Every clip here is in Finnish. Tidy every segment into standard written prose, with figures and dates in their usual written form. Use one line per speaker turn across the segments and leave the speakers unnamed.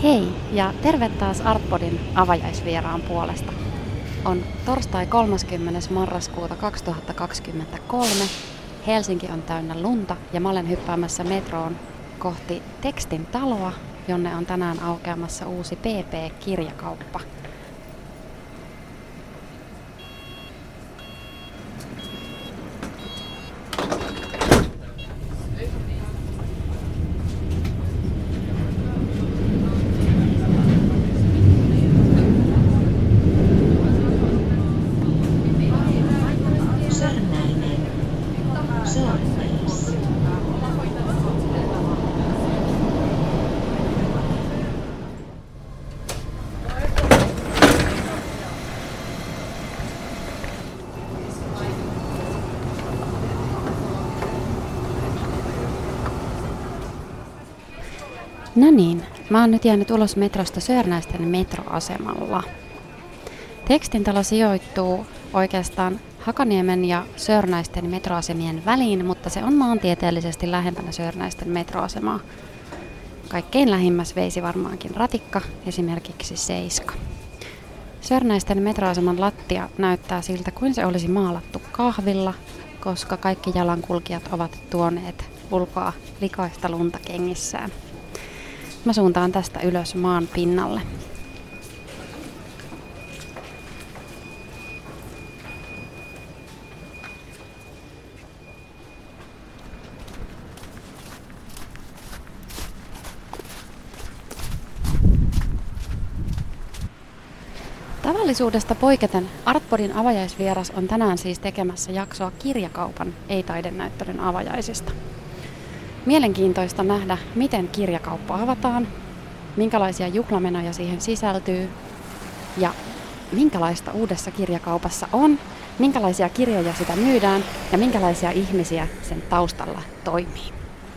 Hei ja terve taas Artpodin avajaisvieraan puolesta. On torstai 30. marraskuuta 2023. Helsinki on täynnä lunta ja mä olen hyppäämässä metroon kohti Tekstin taloa, jonne on tänään aukeamassa uusi PP-kirjakauppa. No niin, mä oon nyt jäänyt ulos metrosta Sörnäisten metroasemalla. Tekstintalo sijoittuu oikeastaan Hakaniemen ja Sörnäisten metroasemien väliin, mutta se on maantieteellisesti lähempänä Sörnäisten metroasemaa. Kaikkein lähimmäs veisi varmaankin ratikka, esimerkiksi Seiska. Sörnäisten metroaseman lattia näyttää siltä kuin se olisi maalattu kahvilla, koska kaikki jalankulkijat ovat tuoneet ulkoa likaista lunta kengissään. Mä suuntaan tästä ylös maan pinnalle. Tavallisuudesta poiketen Artpodin avajaisvieras on tänään siis tekemässä jaksoa kirjakaupan ei-taidenäyttelyn avajaisista. Mielenkiintoista nähdä, miten kirjakauppa avataan, minkälaisia juhlamenoja siihen sisältyy ja minkälaista uudessa kirjakaupassa on, minkälaisia kirjoja sitä myydään ja minkälaisia ihmisiä sen taustalla toimii.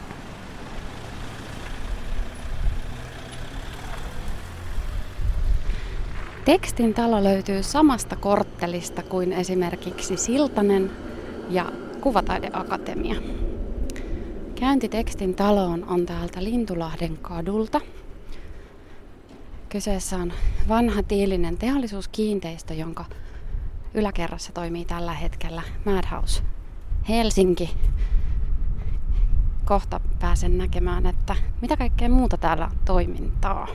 Tekstin talo löytyy samasta korttelista kuin esimerkiksi Siltanen ja Kuvataideakatemia. Käynti Tekstin taloon on täältä Lintulahden kadulta. Kyseessä on vanha tiilinen teollisuuskiinteistö, jonka yläkerrassa toimii tällä hetkellä Madhouse Helsinki. Kohta pääsen näkemään, että mitä kaikkea muuta täällä on toimintaa.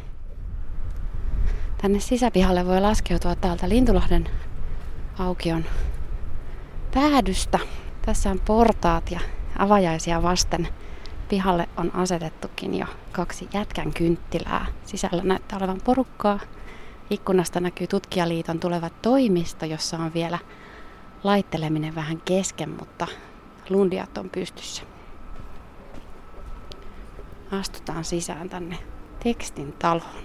Tänne sisäpihalle voi laskeutua täältä Lintulahden aukion päädystä. Tässä on portaat ja avajaisia vasten pihalle on asetettukin jo 2 jätkän kynttilää. Sisällä näyttää olevan porukkaa. Ikkunasta näkyy Tutkijaliiton tuleva toimisto, jossa on vielä laitteleminen vähän kesken, mutta lundiat on pystyssä. Astutaan sisään tänne Tekstin taloon.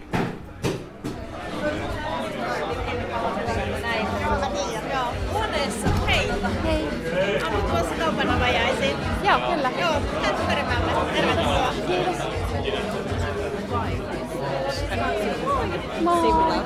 Hei.
Haluat tuossa kaupan avajaisiin?
Joo, kyllä.
Joo, täältä perimmälle. Tervetuloa.
Kiitos. Moi.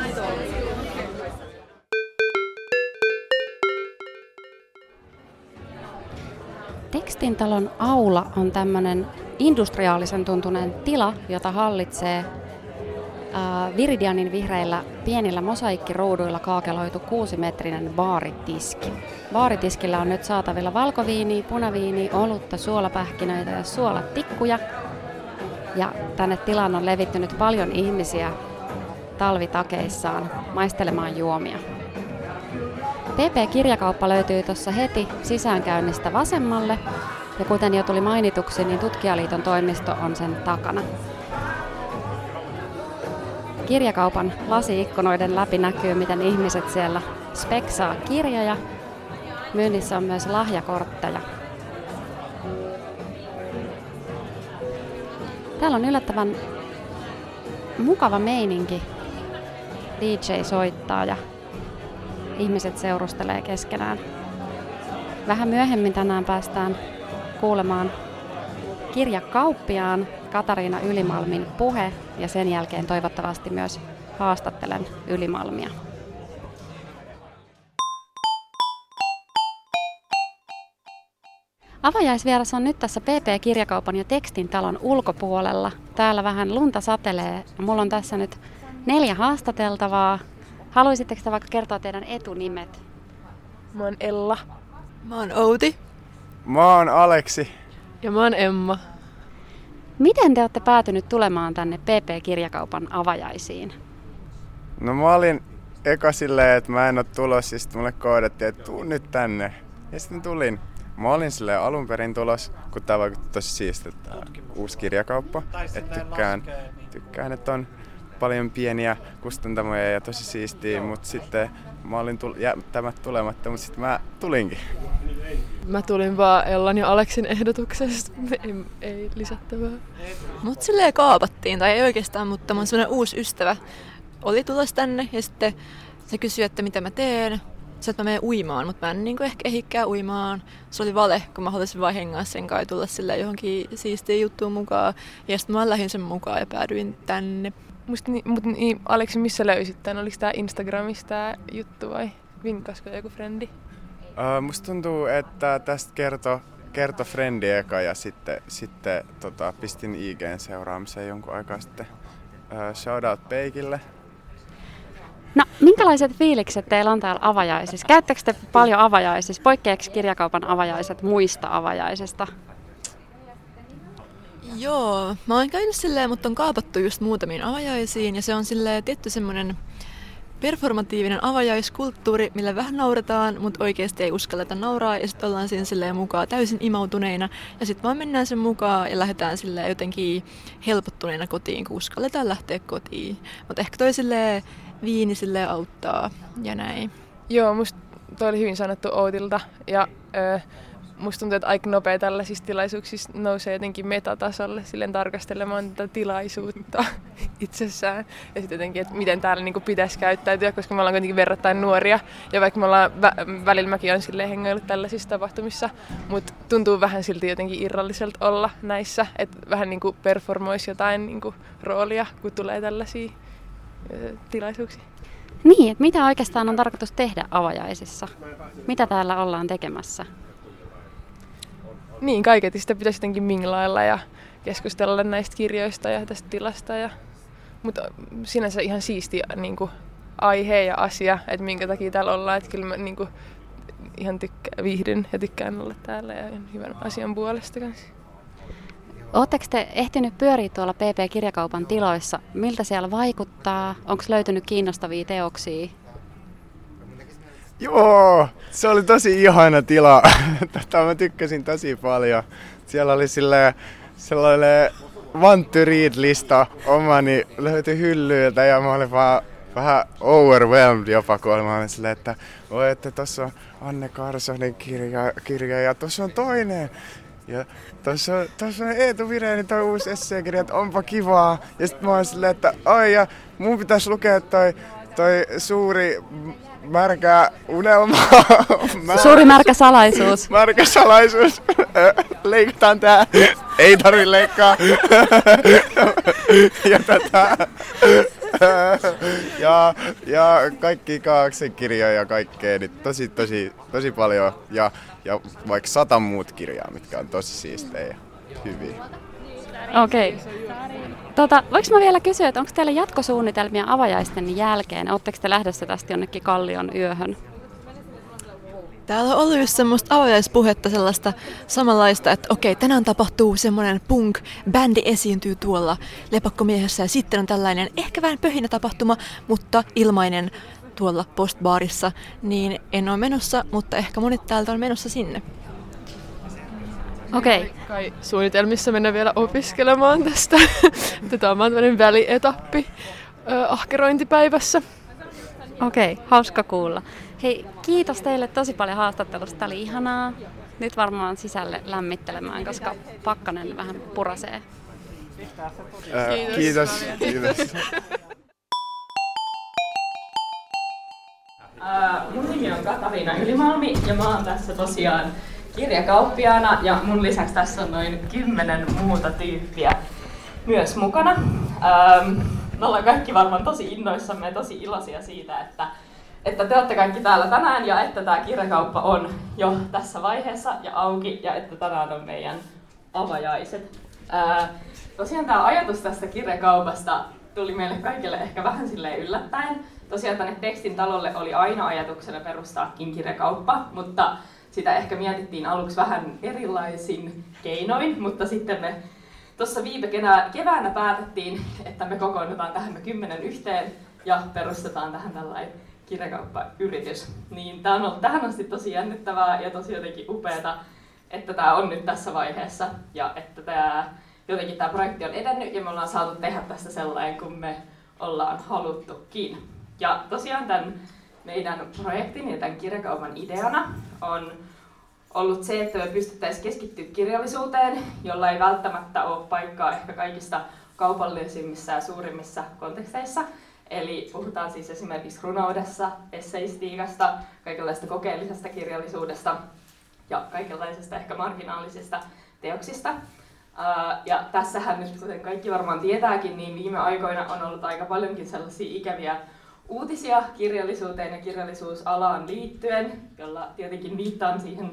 Tekstin talon aula on tämmönen industriaalisen tuntunen tila, jota hallitsee Viridianin vihreillä pienillä mosaikkiruuduilla kaakeloitu 6-metrinen baaritiski. Baaritiskillä on nyt saatavilla valkoviiniä, punaviiniä, olutta, suolapähkinöitä ja suolatikkuja. Ja tänne tilaan on levittynyt paljon ihmisiä talvitakeissaan maistelemaan juomia. PP-kirjakauppa löytyy tuossa heti sisäänkäynnistä vasemmalle. Ja kuten jo tuli mainituksi, niin Tutkijaliiton toimisto on sen takana. Kirjakaupan lasi-ikkunoiden läpi näkyy, miten ihmiset siellä speksaa kirjoja. Myynnissä on myös lahjakortteja. Täällä on yllättävän mukava meininki. DJ soittaa ja ihmiset seurustelee keskenään. Vähän myöhemmin tänään päästään kuulemaan kirjakauppiaan Katariina Ylimalmin puhe ja sen jälkeen toivottavasti myös haastattelen Ylimalmia. Avajaisvieras on nyt tässä PP-kirjakaupan ja Tekstin talon ulkopuolella. Täällä vähän lunta satelee. Mulla on tässä nyt 4 haastateltavaa. Haluaisitteko te vaikka kertoa teidän etunimet?
Mä oon Ella.
Mä oon Outi.
Mä oon Aleksi.
Ja mä oon Emma.
Miten te olette päätynyt tulemaan tänne PP-kirjakaupan avajaisiin?
No mä olin eka silleen, että mä en oo tulos, ja sit mulle koodattiin, että tuu nyt tänne. Ja sitten tulin. Mä olin silleen alun perin tulos, kun tää vaikutti tosi siistiä, tää uusi kirjakauppa. Et tykkään, että on paljon pieniä kustantamoja ja tosi siistiä, mut sitten mä olin jättämät tulematta, mut sitten mä tulinkin.
Mä tulin vaan Ellan ja Aleksin ehdotuksesta. Ei lisättävää.
Mut silleen kaapattiin, tai ei oikeastaan, mutta mun sellainen uusi ystävä oli tulossa tänne ja sitten se kysyi, että mitä mä teen. Se, että mä menen uimaan, mutta mä en niin ehkä ehikään uimaan. Se oli vale, kun mä haluaisin vaan hengaa sen kai tulla silleen johonkin siistiin juttuun mukaan. Ja sitten mä lähdin sen mukaan ja päädyin tänne.
Mutta Aleksi, missä löysit tän? Oliko tää Instagramissa tää juttu vai vinkasko joku frendi?
Musta tuntuu, että tästä kertoi frendi eka ja sitten pistin IG:n seuraamiseen jonkun aikaa sitten. Shoutout Peikille.
No, minkälaiset fiilikset teillä on täällä avajaisissa? Käyttekö te paljon avajaisissa? Poikkeako kirjakaupan avajaiset muista avajaisista?
Joo, mä oon käynyt silleen, mutta on kaapattu just muutamiin avajaisiin ja se on silleen tietty semmonen performatiivinen avajaiskulttuuri, millä vähän nauretaan, mutta oikeasti ei uskalleta nauraa ja sitten ollaan siinä silleen mukaan täysin imautuneina ja sitten vaan mennään sen mukaan ja lähdetään silleen jotenkin helpottuneina kotiin, kun uskalletaan lähteä kotiin. Mutta ehkä toi silleen viini silleen auttaa ja näin.
Joo, musta toi oli hyvin sanottu Outilta ja musta tuntuu, että aika nopea tällaisissa tilaisuuksissa nousee jotenkin metatasolle silleen tarkastelemaan tätä tilaisuutta itsessään. Ja sitten jotenkin, että miten täällä niinku pitäisi käyttäytyä, koska me ollaan kuitenkin verrattain nuoria. Ja vaikka me ollaan välillä mäkin olen silleen hengaillut tällaisissa tapahtumissa, mutta tuntuu vähän silti jotenkin irralliselta olla näissä. Että vähän niinku performoisi jotain niinku roolia, kun tulee tällaisia tilaisuuksia.
Niin, että mitä oikeastaan on tarkoitus tehdä avajaisissa? Mitä täällä ollaan tekemässä?
Niin, kaiketi sitä pitäisi jotenkin minglailla ja keskustella näistä kirjoista ja tästä tilasta. Mutta sinänsä ihan siisti niinku, aihe ja asia, että minkä takia täällä ollaan. Että kyllä mä niinku, ihan viihdyn ja tykkään olla täällä ja hyvän asian puolesta kanssa.
Oletteko te ehtinyt pyöriä tuolla PP-kirjakaupan tiloissa? Miltä siellä vaikuttaa? Onko löytynyt kiinnostavia teoksia?
Joo, se oli tosi ihana tila. Mä tykkäsin tosi paljon. Siellä oli sellainen want to read-lista omani löytyi hyllyiltä ja mä olin vaan vähän overwhelmed jopa, kun olin silleen, että voi, että tossa on Anne Karsonin kirja ja tossa on toinen. Ja tossa on Eetu Virenin toi uusi esseekirja, että onpa kivaa. Ja sit mä olin silleen, että ai ja mun pitäisi lukea toi suuri märkä unelma.
Suuri märkä salaisuus.
Märkä salaisuus. Leikataan tää. Ei tarvi leikkaa. ja kaikki Kaaksen kirjoja ja kaikkea. Niin tosi paljon. Ja vaikka 100 muut kirjaa, mitkä on tosi siistejä ja hyviä.
Okei. Voinko mä vielä kysyä, että onko teillä jatkosuunnitelmia avajaisten jälkeen? Oletteko te lähdössä tästä jonnekin Kallion yöhön?
Täällä on ollut just semmoista avajaispuhetta sellaista samanlaista, että okei, tänään tapahtuu semmoinen punk-bändi esiintyy tuolla Lepakkomiehessä ja sitten on tällainen ehkä vähän pöhinä tapahtuma, mutta ilmainen tuolla postbaarissa, niin en ole menossa, mutta ehkä monet täältä on menossa sinne.
Okei.
Kai suunnitelmissa mennä vielä opiskelemaan tästä. Tämä on tämmöinen välietappi ahkerointipäivässä.
Okei, hauska kuulla. Hei, kiitos teille tosi paljon haastattelusta. Tämä oli ihanaa. Nyt varmaan sisälle lämmittelemään, koska pakkanen vähän purasee.
Kiitos.
Mun nimi on Katariina Ylimalmi ja mä oon tässä tosiaan kirjakauppiaana ja mun lisäksi tässä on noin 10 muuta tyyppiä myös mukana. Me ollaan kaikki varmaan tosi innoissamme ja tosi iloisia siitä, että että te olette kaikki täällä tänään ja että tämä kirjakauppa on jo tässä vaiheessa ja auki ja että tänään on meidän avajaiset. Tosiaan tämä ajatus tästä kirjakaupasta tuli meille kaikille ehkä vähän silleen yllättäen. Tosiaan tänne Tekstin talolle oli aina ajatuksena perustaakin kirjakauppa, mutta sitä ehkä mietittiin aluksi vähän erilaisin keinoin, mutta sitten me tuossa viime keväänä päätettiin, että me kokoonnutaan tähän me 10 yhteen ja perustetaan tähän tällainen kirjakauppayritys. Niin tämä on ollut tähän asti tosi jännittävää ja tosi jotenkin upeata, että tämä on nyt tässä vaiheessa ja että jotenkin tämä projekti on edennyt ja me ollaan saatu tehdä tästä sellainen, kun me ollaan haluttukin. Ja tosiaan tämän meidän projektin ja tämän kirjakaupan ideana on ollut se, että me pystyttäisiin keskittyä kirjallisuuteen, jolla ei välttämättä ole paikkaa ehkä kaikista kaupallisimmissa ja suurimmissa konteksteissa. Eli puhutaan siis esimerkiksi runoudessa, esseistiikasta, kaikenlaista kokeellisesta kirjallisuudesta ja kaikenlaisista ehkä marginaalisista teoksista. Ja tässähän nyt, kuten kaikki varmaan tietääkin, niin viime aikoina on ollut aika paljonkin sellaisia ikäviä uutisia kirjallisuuteen ja kirjallisuusalaan liittyen, jolla tietenkin viittaan siihen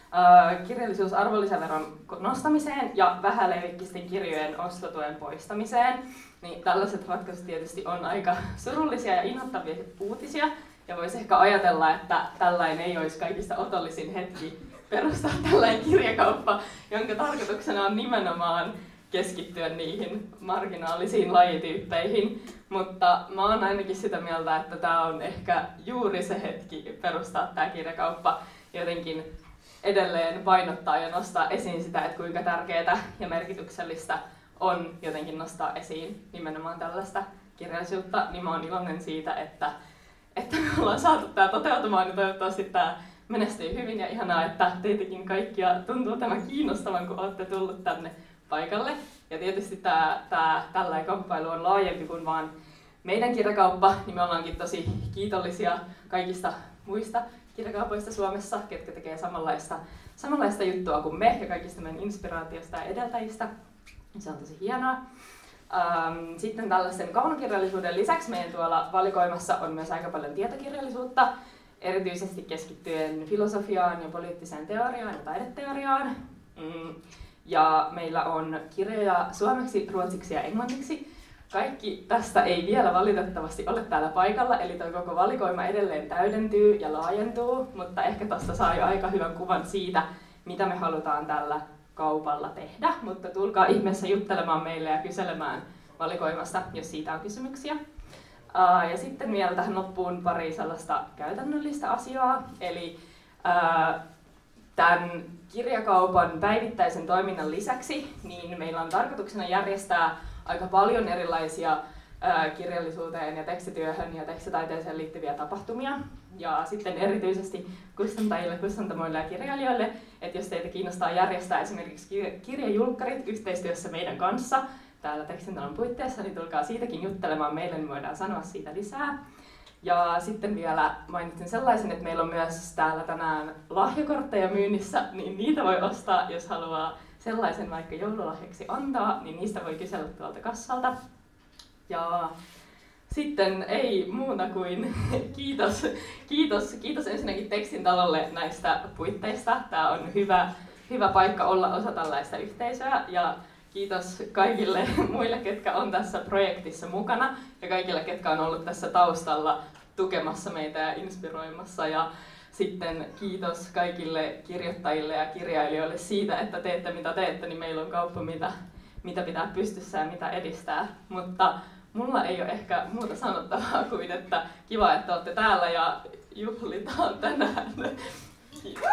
kirjallisuusarvonlisäveron nostamiseen ja vähälevikkisten kirjojen ostotuen poistamiseen. Niin tällaiset ratkaisut tietysti on aika surullisia ja inhottavia uutisia, ja voisi ehkä ajatella, että tällainen ei olisi kaikista otollisin hetki perustaa tällainen kirjakauppa, jonka tarkoituksena on nimenomaan keskittyä niihin marginaalisiin lajityyppeihin, mutta mä oon ainakin sitä mieltä, että tämä on ehkä juuri se hetki perustaa tämä kirjakauppa, jotenkin edelleen painottaa ja nostaa esiin sitä, että kuinka tärkeää ja merkityksellistä on jotenkin nostaa esiin nimenomaan tällaista kirjallisuutta, niin mä oon iloinen siitä, että me ollaan saatu tämä toteutumaan ja toivottavasti tämä menestyy hyvin ja ihanaa, että teitäkin kaikkia tuntuu tämä kiinnostavan, kun olette tullut tänne paikalle. Ja tietysti tällainen kamppailu on laajempi kuin vaan meidän kirjakauppa, niin me ollaankin tosi kiitollisia kaikista muista kirjakaupoista Suomessa, ketkä tekee samanlaista juttua kuin me ja kaikista meidän inspiraatiosta ja edeltäjistä. Se on tosi hienoa. Sitten tällaisen kaunokirjallisuuden lisäksi meidän tuolla valikoimassa on myös aika paljon tietokirjallisuutta, erityisesti keskittyen filosofiaan ja poliittiseen teoriaan ja taideteoriaan. Ja meillä on kirjoja suomeksi, ruotsiksi ja englanniksi. Kaikki tästä ei vielä valitettavasti ole täällä paikalla, eli tuo koko valikoima edelleen täydentyy ja laajentuu, mutta ehkä tuosta saa jo aika hyvän kuvan siitä, mitä me halutaan tällä kaupalla tehdä. Mutta tulkaa ihmeessä juttelemaan meille ja kyselemään valikoimasta, jos siitä on kysymyksiä. Ja sitten vielä tähän loppuun pari sellaista käytännöllistä asiaa, eli tämän kirjakaupan päivittäisen toiminnan lisäksi niin meillä on tarkoituksena järjestää aika paljon erilaisia kirjallisuuteen ja tekstityöhön ja tekstitaiteeseen liittyviä tapahtumia. Ja sitten erityisesti kustantajille, kustantamoille ja kirjailijoille, että jos teitä kiinnostaa järjestää esimerkiksi kirjajulkkarit yhteistyössä meidän kanssa täällä Tekstin talon puitteissa, niin tulkaa siitäkin juttelemaan meille, niin voidaan sanoa siitä lisää. Ja sitten vielä mainitsin sellaisen, että meillä on myös täällä tänään lahjakortteja myynnissä, niin niitä voi ostaa, jos haluaa sellaisen vaikka joululahjaksi antaa, niin niistä voi kysellä tuolta kassalta. Ja sitten ei muuta kuin kiitos ensinnäkin Tekstin talolle näistä puitteista. Tämä on hyvä paikka olla osa tällaista yhteisöä ja kiitos kaikille muille, ketkä on tässä projektissa mukana ja kaikille, ketkä on ollut tässä taustalla tukemassa meitä ja inspiroimassa. Ja sitten kiitos kaikille kirjoittajille ja kirjailijoille siitä, että teette mitä teette, niin meillä on kauppa, mitä pitää pystyssä ja mitä edistää. Mutta mulla ei ole ehkä muuta sanottavaa kuin, että kiva, että olette täällä ja juhlitaan tänään. Kiitos.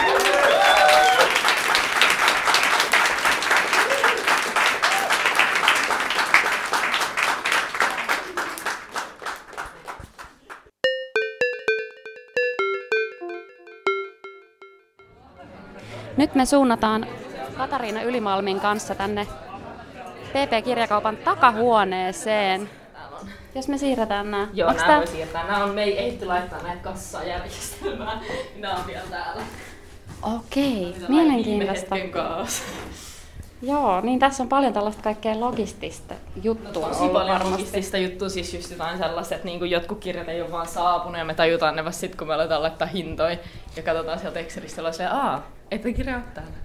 Nyt me suunnataan Katariina Ylimalmin kanssa tänne PP-kirjakaupan takahuoneeseen. Jos me siirretään nämä.
Joo, nämä voi siirtää. Me ei ehditty laittaa näitä kassajärjestelmään. Nämä on vielä täällä.
Okei, mielenkiintoista. Joo, niin tässä on paljon tällaista kaikkea logistista juttua
Tosi
ollut
paljon
varmasti.
logistista juttua, siis just jotain sellaista, että niinku jotkut kirjat ei ole vaan saapunut ja me tajutaan ne vasta sit, kun me aletaan laittaa hintoja ja katsotaan sieltä Excelistä ja ollaan silleen, eipä kirja ole täällä.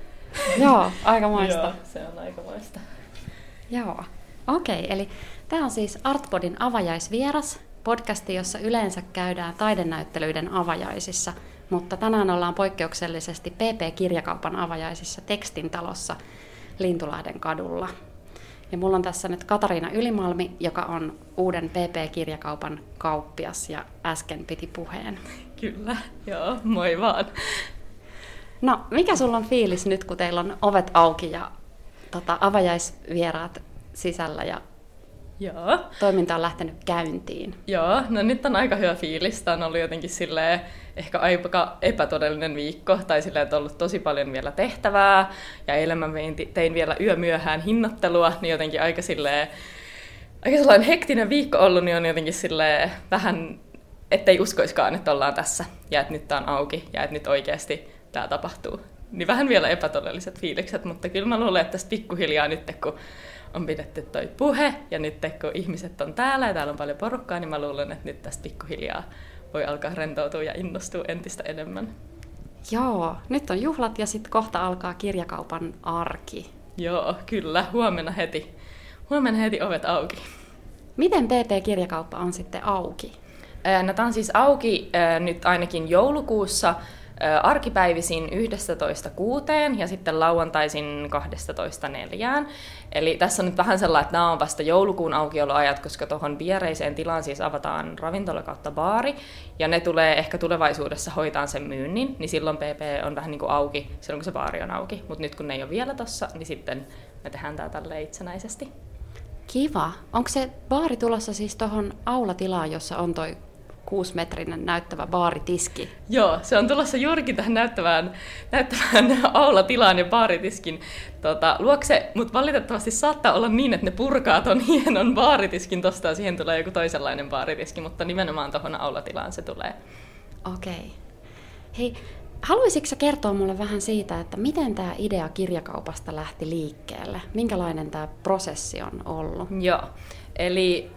Joo, aikamoista.
Joo, se on aikamoista.
Joo, okei. Eli tämä on siis Artpodin avajaisvieras, podcasti, jossa yleensä käydään taidenäyttelyiden avajaisissa, mutta tänään ollaan poikkeuksellisesti PP-kirjakaupan avajaisissa Tekstintalossa Lintulahden kadulla. Ja mulla on tässä nyt Katariina Ylimalmi, joka on uuden PP-kirjakaupan kauppias ja äsken piti puheen.
Kyllä, joo, moi vaan.
No, mikä sulla on fiilis nyt, kun teillä on ovet auki ja avajaisvieraat sisällä ja
Joo.
toiminta on lähtenyt käyntiin?
Joo, no nyt on aika hyvä fiilis. Tämä on ollut jotenkin silleen ehkä aika epätodellinen viikko, tai silleen, että on ollut tosi paljon vielä tehtävää, ja eilen mä tein vielä yömyöhään hinnoittelua, niin jotenkin aika sellainen hektinen viikko ollut, niin on jotenkin silleen vähän, ettei uskoiskaan, että ollaan tässä, ja että nyt tää on auki, ja että nyt oikeasti tää tapahtuu. Niin vähän vielä epätodelliset fiilikset, mutta kyllä mä luulen, että tästä pikkuhiljaa nyt, kun on pidetty toi puhe, ja nyt kun ihmiset on täällä ja täällä on paljon porukkaa, niin mä luulen, että nyt tästä pikkuhiljaa voi alkaa rentoutua ja innostua entistä enemmän.
Joo, nyt on juhlat ja sitten kohta alkaa kirjakaupan arki.
Joo, kyllä. Huomenna heti ovet auki.
Miten PP-kirjakauppa on sitten auki?
No, tää on siis auki nyt ainakin joulukuussa arkipäivisin 11.6 ja sitten lauantaisin 12.4. Eli tässä on nyt vähän sellainen, että nämä on vasta joulukuun aukioloajat, koska tuohon viereiseen tilaan siis avataan ravintola kautta baari, ja ne tulee ehkä tulevaisuudessa hoitaan sen myynnin, niin silloin PP on vähän niin kuin auki, silloin kun se baari on auki. Mutta nyt kun ne ei ole vielä tossa, niin sitten me tehdään tää tälleen itsenäisesti.
Kiva. Onko se baari tulossa siis tuohon aulatilaan, jossa on toi 6-metrinen näyttävä baaritiski?
Joo, se on tulossa juurikin tähän näyttävään aulatilaan ja baaritiskin luokse, mutta valitettavasti saattaa olla niin, että ne purkaa ton hienon baaritiskin tosta ja siihen tulee joku toisenlainen baaritiski, mutta nimenomaan tuohon aulatilaan se tulee.
Okei. Hei, haluaisitko sä kertoa mulle vähän siitä, että miten tämä idea kirjakaupasta lähti liikkeelle? Minkälainen tämä prosessi on ollut?
Joo, eli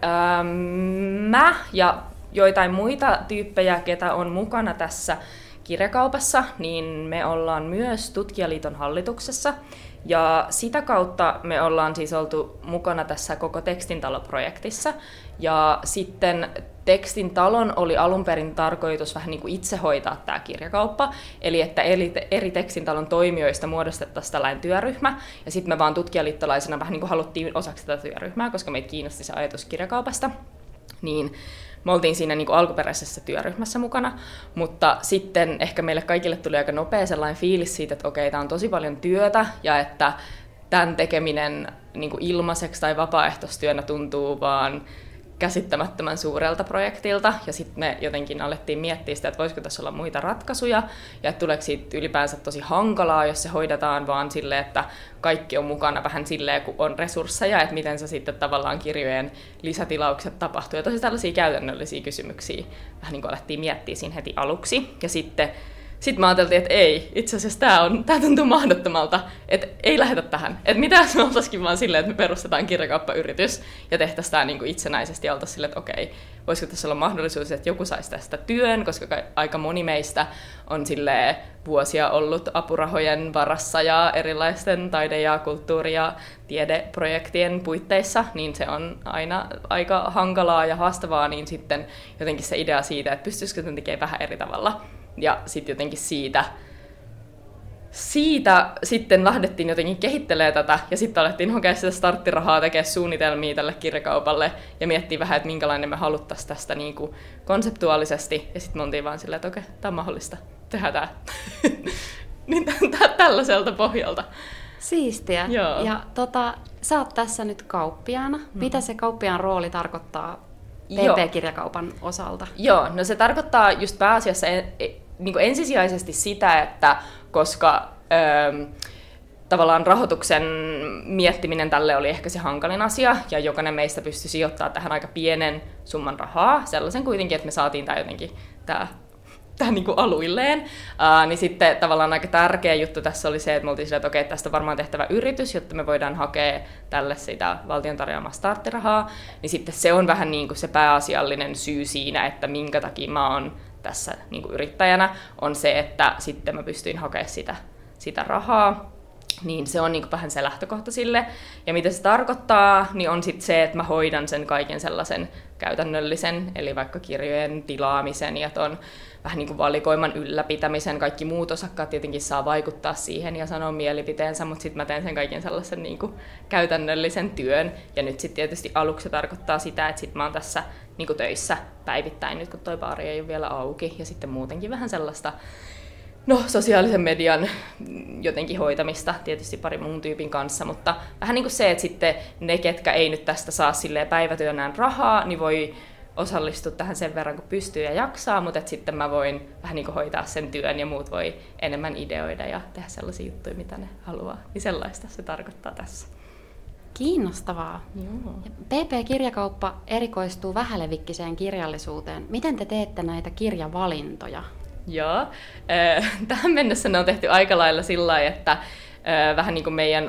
mä ja joitain muita tyyppejä, ketä on mukana tässä kirjakaupassa, niin me ollaan myös Tutkijaliiton hallituksessa. Ja sitä kautta me ollaan siis oltu mukana tässä koko Tekstintalo-projektissa. Ja sitten Tekstintalon oli alun perin tarkoitus vähän niin kuin itse hoitaa tämä kirjakauppa. Eli että eri Tekstintalon toimijoista muodostettaisiin tällainen työryhmä. Ja sitten me vaan tutkijaliittolaisena vähän niin kuin haluttiin osaksi tätä työryhmää, koska meitä kiinnosti se ajatus kirjakaupasta. Niin me oltiin siinä niin kuin alkuperäisessä työryhmässä mukana, mutta sitten ehkä meille kaikille tuli aika nopea sellainen fiilis siitä, että okei, tämä on tosi paljon työtä ja että tämän tekeminen niin kuin ilmaiseksi tai vapaaehtoistyönä tuntuu vaan käsittämättömän suurelta projektilta, ja sitten me jotenkin alettiin miettiä sitä, että voisiko tässä olla muita ratkaisuja, ja että tuleeko siitä ylipäänsä tosi hankalaa, jos se hoidetaan vaan silleen, että kaikki on mukana vähän silleen, kun on resursseja, että miten se sitten tavallaan kirjojen lisätilaukset tapahtuu, ja tosi tällaisia käytännöllisiä kysymyksiä vähän niin kuin alettiin miettiä siinä heti aluksi, ja sitten me ajateltiin, että ei, itse asiassa tämä tuntuu mahdottomalta, että ei lähdetä tähän. Että mitä jos me oltaisikin vaan silleen, että me perustetaan kirjakauppayritys ja tehtäisiin tämä niin kuin itsenäisesti ja oltaisiin silleen, että okei, voisiko tässä olla mahdollisuus, että joku saisi tästä työn, koska aika moni meistä on silleen vuosia ollut apurahojen varassa ja erilaisten taide- ja kulttuuri- ja tiedeprojektien puitteissa, niin se on aina aika hankalaa ja haastavaa, niin sitten jotenkin se idea siitä, että pystyisikö sen tekemään vähän eri tavalla. Ja sitten jotenkin siitä sitten lähdettiin jotenkin kehittelemään tätä, ja sitten alettiin hokea sitä starttirahaa, tekemään suunnitelmia tälle kirjakaupalle, ja miettiä vähän, että minkälainen me haluttaisiin tästä niin kuin konseptuaalisesti, ja sitten me oltiin vaan silleen, että okei, tämä on mahdollista, tehdään tämä. Niin tällaiselta pohjalta.
Siistiä.
Joo.
Ja sä oot tässä nyt kauppiaana. Mitä se kauppiaan rooli tarkoittaa PP-kirjakaupan osalta?
Joo, no se tarkoittaa just pääasiassa niin kuin ensisijaisesti sitä, että koska tavallaan rahoituksen miettiminen tälle oli ehkä se hankalin asia, ja jokainen meistä pystyi sijoittamaan tähän aika pienen summan rahaa, sellaisen kuitenkin, että me saatiin tämä tähän niin kuin aluilleen, niin sitten tavallaan aika tärkeä juttu tässä oli se, että me oltiin sillä, että okei, tästä on varmaan tehtävä yritys, jotta me voidaan hakea tälle sitä valtion tarjoamaa starttirahaa, niin sitten se on vähän niin kuin se pääasiallinen syy siinä, että minkä takia mä oon tässä niin kuin yrittäjänä, on se, että sitten mä pystyin hakemaan sitä rahaa. Niin se on niin kuin vähän se lähtökohta sille. Ja mitä se tarkoittaa, niin on sitten se, että mä hoidan sen kaiken sellaisen käytännöllisen, eli vaikka kirjojen tilaamisen ja ton vähän niin kuin valikoiman ylläpitämisen. Kaikki muut osakkaat tietenkin saa vaikuttaa siihen ja sanoa mielipiteensä, mutta sitten mä teen sen kaiken sellaisen niin kuin käytännöllisen työn. Ja nyt sitten tietysti aluksi se tarkoittaa sitä, että sitten mä oon tässä niin kuin töissä päivittäin, nyt kun toi baari ei ole vielä auki. Ja sitten muutenkin vähän sellaista sosiaalisen median jotenkin hoitamista, tietysti pari muun tyypin kanssa, mutta vähän niin kuin se, että sitten ne, ketkä ei nyt tästä saa päivätyönään rahaa, niin voi osallistua tähän sen verran, kun pystyy ja jaksaa, mutta että sitten mä voin vähän niin kuin hoitaa sen työn ja muut voi enemmän ideoida ja tehdä sellaisia juttuja, mitä ne haluaa. Niin sellaista se tarkoittaa tässä.
Kiinnostavaa.
Joo.
PP-kirjakauppa erikoistuu vähälevikkiseen kirjallisuuteen. Miten te teette näitä kirjavalintoja?
Joo. Tähän mennessä ne on tehty aika lailla sillä lailla, että vähän niin kuin meidän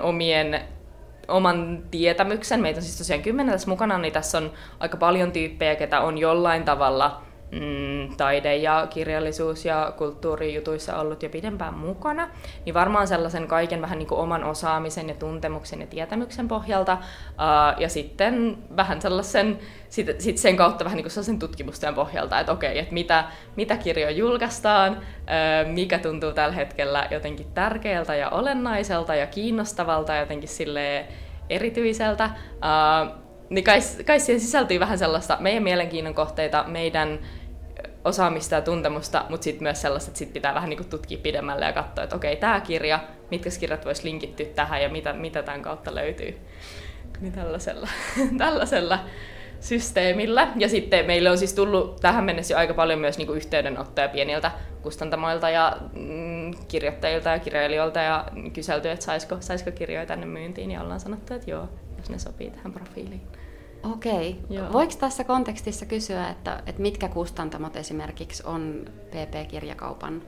oman tietämyksen, meitä on siis tosiaan 10 tässä mukana, niin tässä on aika paljon tyyppejä, ketä on jollain tavalla taide- ja kirjallisuus- ja kulttuurijutuissa ollut jo pidempään mukana, niin varmaan sellaisen kaiken vähän niin kuin oman osaamisen ja tuntemuksen ja tietämyksen pohjalta, ja sitten vähän sellaisen, sit sen kautta vähän niin kuin sellaisen tutkimustyön pohjalta, että okei, että mitä kirjoja julkaistaan, mikä tuntuu tällä hetkellä jotenkin tärkeältä ja olennaiselta ja kiinnostavalta ja jotenkin silleen erityiseltä, niin kai siihen sisältyy vähän sellaista meidän mielenkiinnon kohteita, meidän osaamista ja tuntemusta, mutta sitten myös sellaista, että sit pitää vähän niin kuin tutkia pidemmälle ja katsoa, että okei, tämä kirja, mitkä kirjat voisi linkittyä tähän ja mitä tämän kautta löytyy. Niin tällaisella systeemillä. Ja sitten meille on siis tullut tähän mennessä jo aika paljon myös niin kuin yhteydenottoja pieniltä kustantamoilta ja kirjoittajilta ja kirjailijoilta ja kyselty, että saisiko kirjoja tänne myyntiin ja ollaan sanottu, että joo, jos ne sopii tähän profiiliin.
Okei.
Joo.
Voiko tässä kontekstissa kysyä, että mitkä kustantamot esimerkiksi on PP-kirjakaupan,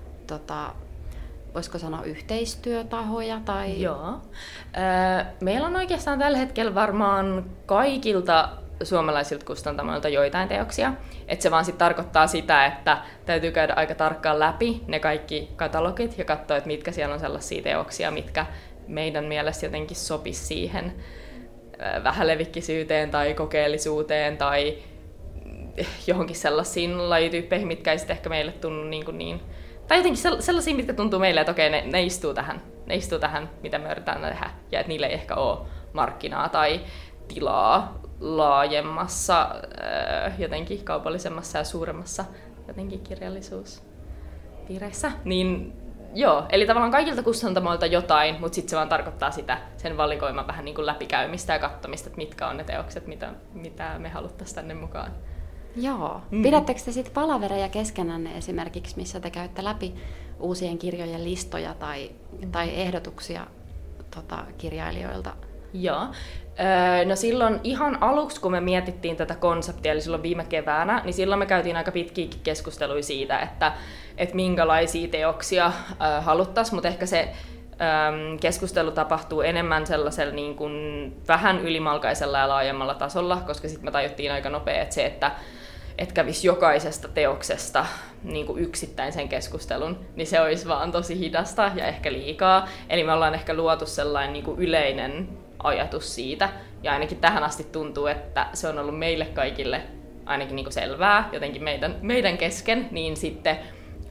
voisiko sanoa yhteistyötahoja? Tai...
Joo. Meillä on oikeastaan tällä hetkellä varmaan kaikilta suomalaisilta kustantamoilta joitain teoksia. Et se vaan sit tarkoittaa sitä, että täytyy käydä aika tarkkaan läpi ne kaikki katalogit ja katsoa, että mitkä siellä on sellaisia teoksia, mitkä meidän mielestä jotenkin sopisi siihen vähälevikkisyyteen tai kokeellisuuteen tai johonkin sellaisiin lajityyppeihin, mitkä ei sitten ehkä meille tunnu niin tai jotenkin sellaisia, mitkä tuntuu meille, että okei, ne istuu tähän, mitä me yritetään tehdä, ja että niille ei ehkä ole markkinaa tai tilaa laajemmassa, jotenkin kaupallisemmassa ja suuremmassa jotenkin kirjallisuuspiireissä. Niin joo, eli tavallaan kaikilta kustantamoilta jotain, mutta sitten se vaan tarkoittaa sitä sen valikoiman vähän niin kuin läpikäymistä ja katsomista, että mitkä on ne teokset, mitä me haluttaisiin tänne mukaan.
Joo. Pidättekö te sitten palavereja keskenänne esimerkiksi, missä te käytte läpi uusien kirjojen listoja tai ehdotuksia kirjailijoilta?
Joo. No silloin ihan aluksi, kun me mietittiin tätä konseptia, eli silloin viime keväänä, niin silloin me käytiin aika pitkiäkin keskusteluja siitä, että minkälaisia teoksia haluttaisiin, mutta ehkä se keskustelu tapahtuu enemmän sellaisella niin kuin vähän ylimalkaisella ja laajemmalla tasolla, koska sitten me tajuttiin aika nopea, että se, että kävisi jokaisesta teoksesta niin kuin yksittäisen keskustelun, niin se olisi vaan tosi hidasta ja ehkä liikaa. Eli me ollaan ehkä luotu sellainen niin kuin yleinen ajatus siitä, ja ainakin tähän asti tuntuu, että se on ollut meille kaikille ainakin niin kuin selvää, jotenkin meidän kesken, niin sitten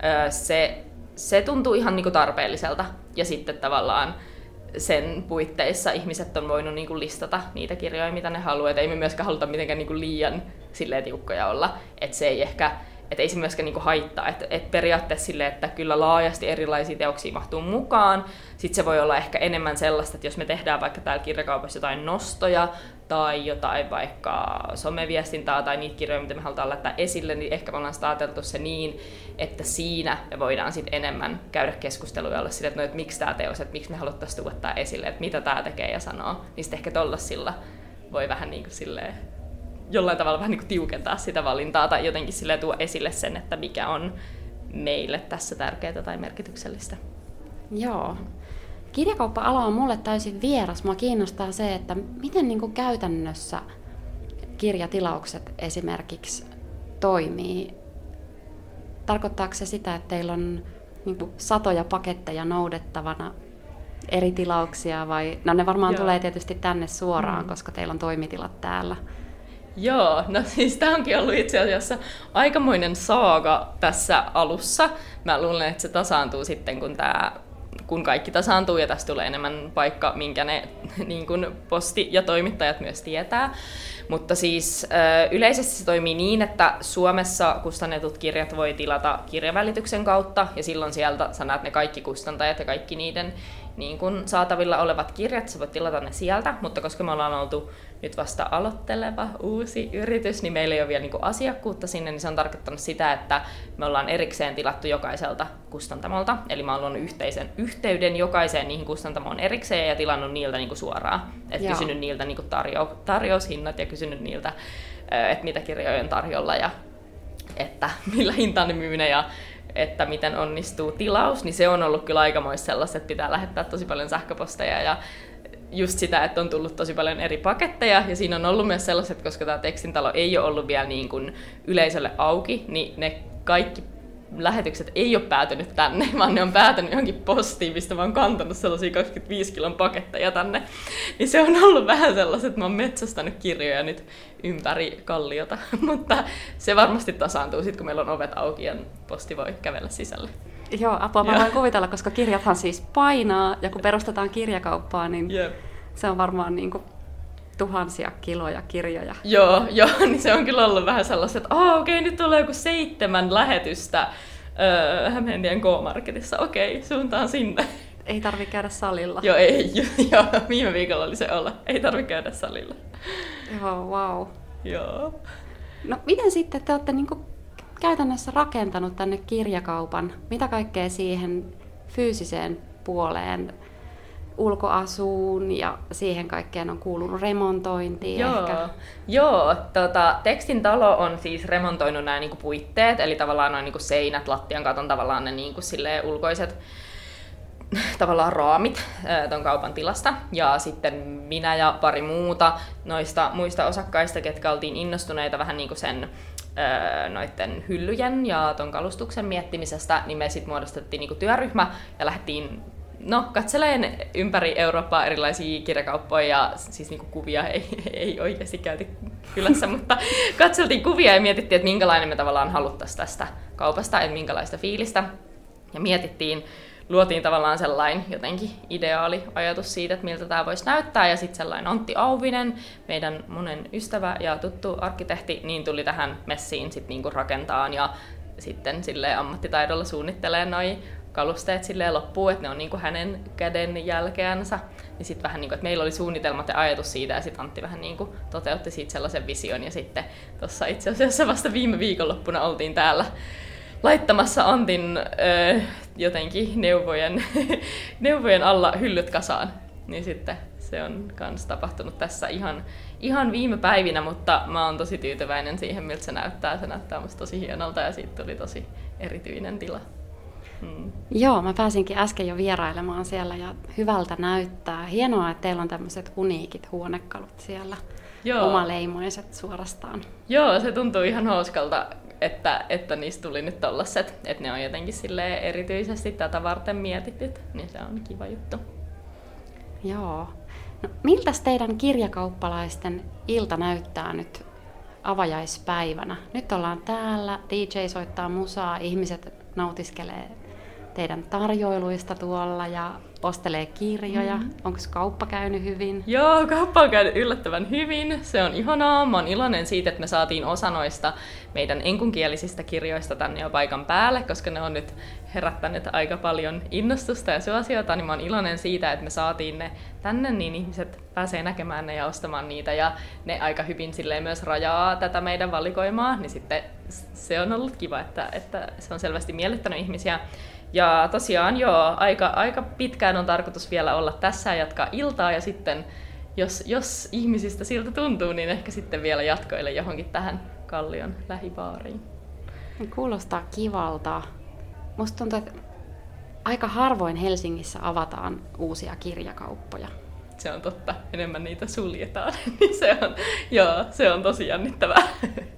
se tuntuu ihan niin kuin tarpeelliselta, ja sitten tavallaan sen puitteissa ihmiset on voinut niin kuin listata niitä kirjoja, mitä ne haluaa, et ei me myöskään haluta mitenkään niin kuin liian silleen tiukkoja olla, että se ei ehkä, että ei se myöskään niinku haittaa, että periaatteessa silleen, että kyllä laajasti erilaisia teoksia mahtuu mukaan. Sitten se voi olla ehkä enemmän sellaista, että jos me tehdään vaikka täällä kirjakaupassa jotain nostoja tai jotain vaikka someviestintää tai niitä kirjoja, mitä me halutaan laittaa esille, niin ehkä me ollaan ajateltu se niin, että siinä me voidaan sitten enemmän käydä keskusteluja olla sille, että miksi tämä teos, että miksi me haluttaisiin tuoda tämä esille, että mitä tämä tekee ja sanoo. Niin sitten ehkä tollasilla voi vähän niin kuin silleen jollain tavalla vähän niin kuin tiukentaa sitä valintaa tai jotenkin sille tuo esille sen, että mikä on meille tässä tärkeää tai merkityksellistä.
Joo. Kirjakauppa-ala on mulle täysin vieras. Mua kiinnostaa se, että miten niin kuin käytännössä kirjatilaukset esimerkiksi toimii. Tarkoittaako se sitä, että teillä on niin kuin satoja paketteja noudettavana eri tilauksia vai? No ne varmaan tulee tietysti tänne suoraan, koska teillä on toimitilat täällä.
Joo, no siis tämä onkin ollut itse asiassa aikamoinen saaga tässä alussa. Mä luulen, että se tasaantuu sitten, kun kaikki tasaantuu ja tästä tulee enemmän paikka, minkä ne niin kuin posti- ja toimittajat myös tietää. Mutta siis yleisesti se toimii niin, että Suomessa kustannetut kirjat voi tilata kirjavälityksen kautta ja silloin sieltä sä näet ne kaikki kustantajat ja kaikki niiden niin kun saatavilla olevat kirjat, sä voit tilata ne sieltä, mutta koska me ollaan oltu nyt vasta aloitteleva uusi yritys, niin meillä ei ole vielä niin kuin asiakkuutta sinne, niin se on tarkoittanut sitä, että me ollaan erikseen tilattu jokaiselta kustantamolta, eli mä oon yhteisen yhteyden jokaiseen niihin kustantamoon erikseen ja tilannut niiltä niin kuin suoraan, että kysynyt niiltä niin kuin tarjoushinnat ja kysynyt niiltä, että mitä kirjoja on tarjolla ja että millä hintaan ne myy ne ja että miten onnistuu tilaus, niin se on ollut kyllä aikamoista sellaista, että pitää lähettää tosi paljon sähköposteja ja just sitä, että on tullut tosi paljon eri paketteja ja siinä on ollut myös sellaiset, koska tämä tekstintalo ei ole ollut vielä niin kuin yleisölle auki, niin ne kaikki lähetykset ei ole päätynyt tänne, vaan ne on päätynyt johonkin postiin, mistä mä oon kantanut sellaisia 25 kilon paketteja tänne. Niin se on ollut vähän sellaiset, että mä oon metsästänyt kirjoja nyt ympäri kalliota, mutta se varmasti tasaantuu sit, kun meillä on ovet auki ja posti voi kävellä sisälle.
Joo, apua mä voin kuvitella, koska kirjathan siis painaa ja kun perustetaan kirjakauppaa, niin se on varmaan niin kuin tuhansia kiloja kirjoja.
Joo, niin se on kyllä ollut vähän sellaiset, että okei, nyt tulee joku 7 lähetystä Hämeenlinnan K-Marketissa, okei, suuntaan sinne.
Ei tarvitse käydä salilla.
Joo, viime viikolla oli se olla, ei tarvitse käydä salilla.
Joo, wow.
Joo.
No miten sitten te olette niin kuin käytännössä rakentanut tänne kirjakaupan? Mitä kaikkea siihen fyysiseen puoleen, ulkoasuun ja siihen kaikkeen on kuulunut remontointiin ehkä?
Joo, Tekstin talo on siis remontoinut nämä niinku puitteet, eli tavallaan noin niinku seinät, lattian katon tavallaan ne niinku ulkoiset tavallaan raamit ton kaupan tilasta. Ja sitten minä ja pari muuta noista muista osakkaista, ketkä oltiin innostuneita vähän niinku sen noiden hyllyjen ja ton kalustuksen miettimisestä, niin me sitten muodostettiin niinku työryhmä ja lähdettiin katseleen ympäri Eurooppaa erilaisia kirjakauppoja ja siis niinku kuvia ei oikeasti käyty kylässä, mutta katseltiin kuvia ja mietittiin, että minkälainen me tavallaan haluttaisiin tästä kaupasta, että minkälaista fiilistä. Ja luotiin tavallaan sellainen jotenkin ideaali ajatus siitä, että miltä tämä voisi näyttää. Ja sitten sellainen Antti Auvinen, meidän monen ystävä ja tuttu arkkitehti, niin tuli tähän messiin sit niinku rakentaan ja sitten silleen ammattitaidolla suunnittelee noi kalusteet silleen loppuun, että ne on niinku hänen käden jälkeänsä. Ja sitten vähän niinku, että meillä oli suunnitelmat ja ajatus siitä ja sitten Antti vähän niinku toteutti siitä sellaisen vision ja sitten tuossa itse asiassa vasta viime viikonloppuna oltiin täällä laittamassa Antin jotenkin neuvojen alla hyllyt kasaan. Niin sitten se on kans tapahtunut tässä ihan viime päivinä, mutta mä oon tosi tyytyväinen siihen, miltä se näyttää. Se näyttää musta tosi hienolta ja siitä tuli tosi erityinen tila.
Joo, mä pääsinkin äsken jo vierailemaan siellä ja hyvältä näyttää. Hienoa, että teillä on tämmöiset uniikit huonekalut siellä. Joo. Omaleimoiset suorastaan.
Joo, se tuntuu ihan hauskalta, että niistä tuli nyt tollaset, että ne on jotenkin silleen erityisesti tätä varten mietityt, niin se on kiva juttu.
Joo. No, miltäs teidän kirjakauppalaisten ilta näyttää nyt avajaispäivänä? Nyt ollaan täällä, DJ soittaa musaa, ihmiset nautiskelee teidän tarjoiluista tuolla ja ostelee kirjoja. Onko kauppa käynyt hyvin?
Joo, kauppa on käynyt yllättävän hyvin. Se on ihanaa. Mä oon iloinen siitä, että me saatiin osa noista meidän enkunkielisistä kirjoista tänne jo paikan päälle, koska ne on nyt herättänyt aika paljon innostusta ja suosiota, niin mä oon iloinen siitä, että me saatiin ne tänne, niin ihmiset pääsee näkemään ne ja ostamaan niitä, ja ne aika hyvin silleen myös rajaa tätä meidän valikoimaa, niin sitten se on ollut kiva, että se on selvästi miellyttänyt ihmisiä. Ja tosiaan joo, aika pitkään on tarkoitus vielä olla tässä ja jatkaa iltaa, ja sitten jos ihmisistä siltä tuntuu, niin ehkä sitten vielä jatkoille johonkin tähän Kallion lähibaariin.
Kuulostaa kivalta. musta tuntuu, että aika harvoin Helsingissä avataan uusia kirjakauppoja.
Se on totta, enemmän niitä suljetaan, niin se on tosi jännittävää.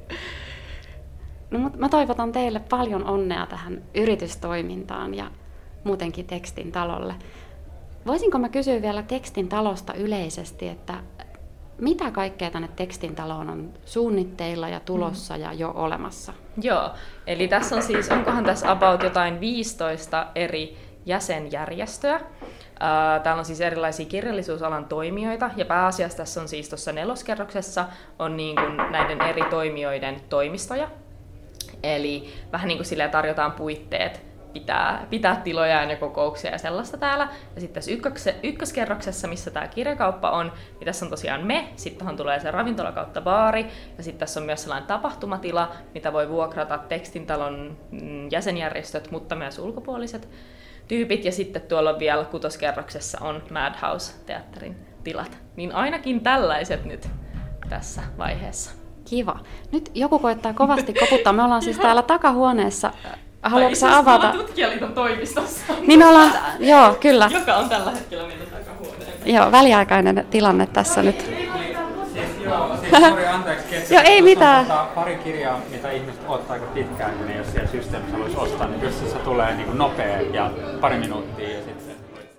No, mä toivotan teille paljon onnea tähän yritystoimintaan ja muutenkin Tekstin talolle. Voisinko mä kysyä vielä Tekstin talosta yleisesti, että mitä kaikkea tänne Tekstin taloon on suunnitteilla ja tulossa ja jo olemassa?
Joo, eli tässä on siis, onkohan tässä about jotain 15 eri jäsenjärjestöä. Täällä on siis erilaisia kirjallisuusalan toimijoita, ja pääasiassa tässä on siis tuossa 4. kerroksessa on niin kuin näiden eri toimijoiden toimistoja. Eli vähän niin kuin silleen tarjotaan puitteet pitää tilojaan ja kokouksia ja sellaista täällä. Ja sitten tässä ykköskerroksessa, missä tämä kirjakauppa on, niin tässä on tosiaan me, sitten tulee se ravintola kautta baari, ja sitten tässä on myös sellainen tapahtumatila, mitä voi vuokrata Tekstin talon jäsenjärjestöt, mutta myös ulkopuoliset tyypit, ja sitten tuolla on vielä 6. kerroksessa on Madhouse-teatterin tilat. Niin ainakin tällaiset nyt tässä vaiheessa.
Kiva. Nyt joku koittaa kovasti koputtaa. Me ollaan siis täällä takahuoneessa. Haluatko sä avata?
Me ollaan Tutkijaliiton toimistossa.
Niin me ollaan, joo, kyllä.
Joka on tällä hetkellä meidän takahuoneella.
Joo, väliaikainen tilanne tässä nyt.
Sori, anteeksi keskustelu.
Joo, ei mitään.
Pari kirjaa, mitä ihmiset odottaa aika pitkään, kun ne jos siellä systeemissä haluaisi ostaa, niin jos se tulee niin kuin nopea ja pari minuuttia ja sitten.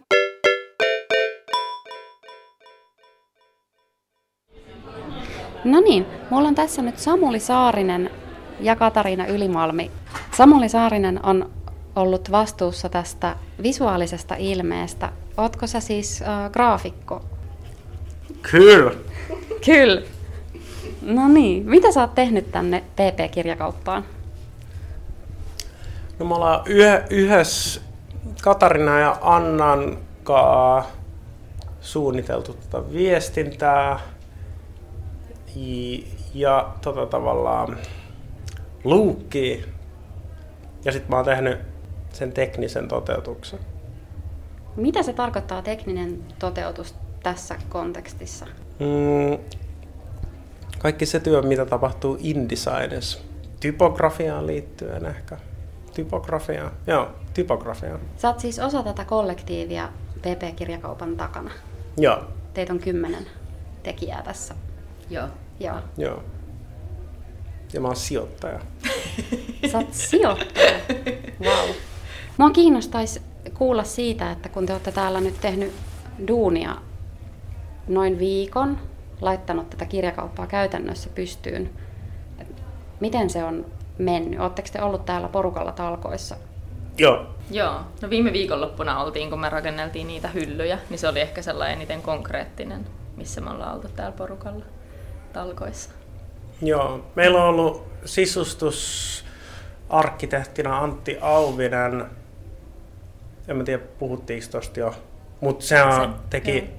No niin, mulla on tässä nyt Samuli Saarinen ja Katariina Ylimalmi. Samuli Saarinen on ollut vastuussa tästä visuaalisesta ilmeestä. Ootko sä siis graafikko?
Kyllä.
Kyllä. No niin, mitä sä oot tehnyt tänne PP-kirjakauppaan?
No me ollaan yhdessä Katarina ja Annan kanssa suunniteltu viestintää ja tavallaan luukkiä. Ja sitten mä oon tehnyt sen teknisen toteutuksen.
Mitä se tarkoittaa tekninen toteutus tässä kontekstissa?
Kaikki se työ, mitä tapahtuu InDesignissa. Typografiaan liittyen ehkä. Typografiaan.
Sä oot siis osa tätä kollektiivia PP-kirjakaupan takana.
Joo.
Teitä on 10 tekijää tässä.
Joo.
Joo. Ja mä oon sijoittaja.
Sä oot sijoittaja? Vau. Mua kiinnostaisi kuulla siitä, että kun te olette täällä nyt tehnyt duunia noin viikon, laittanut tätä kirjakauppaa käytännössä pystyyn, miten se on mennyt? Oletteko te ollut täällä porukalla talkoissa?
Joo.
Joo. No viime viikonloppuna oltiin, kun me rakenneltiin niitä hyllyjä, niin se oli ehkä sellainen eniten konkreettinen, missä me ollaan oltu täällä porukalla talkoissa.
Joo. Meillä on ollut sisustusarkkitehtina Antti Auvinen. En mä tiedä, puhuttiinko tosta jo. Mutta se teki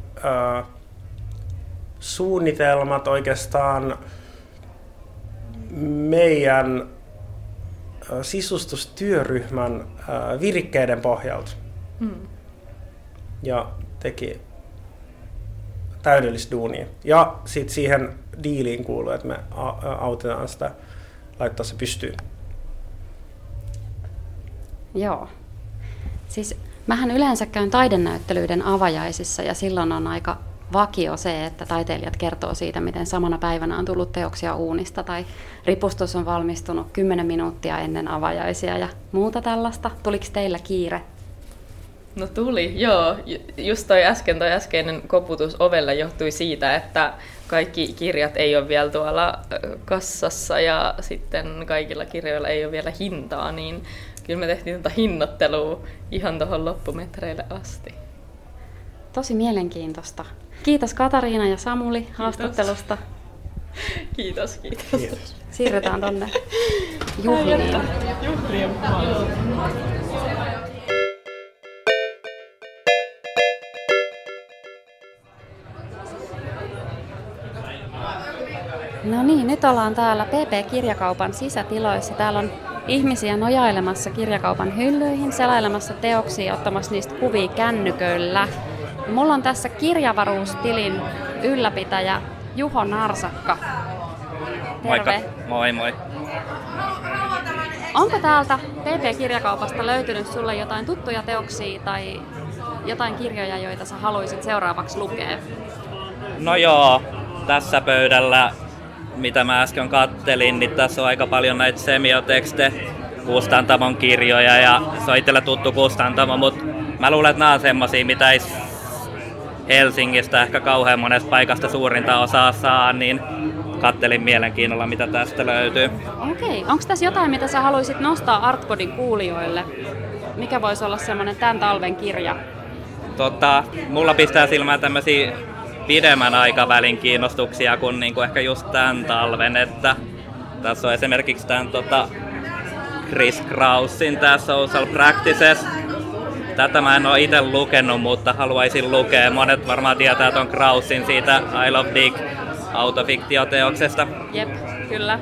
suunnitelmat oikeastaan meidän sisustustyöryhmän virikkeiden pohjalta. Ja teki täydellistä duunia. Ja sitten siihen diiliin kuuluu, että me autetaan sitä laittaa se pystyyn.
Joo. Siis mähän yleensä käyn taidenäyttelyiden avajaisissa ja silloin on aika vakio se, että taiteilijat kertoo siitä, miten samana päivänä on tullut teoksia uunista tai ripustus on valmistunut 10 minuuttia ennen avajaisia ja muuta tällaista. Tuliko teillä kiire?
No tuli, joo. Just toi äskeinen koputus ovella johtui siitä, että kaikki kirjat ei ole vielä tuolla kassassa ja sitten kaikilla kirjoilla ei ole vielä hintaa, niin kyllä me tehtiin tätä hinnoittelua ihan tuohon loppumetreille asti.
Tosi mielenkiintoista. Kiitos Katariina ja Samuli haastattelusta.
Kiitos.
Siirrytään tonne juhliin. No niin, nyt ollaan täällä PP-kirjakaupan sisätiloissa. Täällä on ihmisiä nojailemassa kirjakaupan hyllyihin, selailemassa teoksia ja ottamassa niistä kuvia kännyköllä. Mulla on tässä kirjavaruustilin ylläpitäjä Juho Narsakka. Terve.
Moikka. Moi.
Onko täältä PP-kirjakaupasta löytynyt sulle jotain tuttuja teoksia tai jotain kirjoja, joita sä haluaisit seuraavaksi lukea?
No joo, tässä pöydällä, mitä mä äsken kattelin, niin tässä on aika paljon näitä semiotekste Kustantamon kirjoja ja se on itselle tuttu Kustantamo, mutta mä luulen, että nämä on semmosia, mitä ei Helsingistä ehkä kauhean monesta paikasta suurinta osaa saa, niin kattelin mielenkiinnolla, mitä tästä löytyy.
Okei, onko tässä jotain, mitä sä haluaisit nostaa Artpodin kuulijoille? Mikä voisi olla semmoinen tämän talven kirja?
Mulla pistää silmään tämmöisiä pidemmän aikavälin kiinnostuksia kuin niinku ehkä just tämän talven, että tässä on esimerkiksi tämän Chris Kraussin tää Social Practices. Tätä mä en oo itse lukenut, mutta haluaisin lukea. Monet varmaan tietää ton Kraussin siitä I Love Dick autofiktioteoksesta.
Jep, kyllä.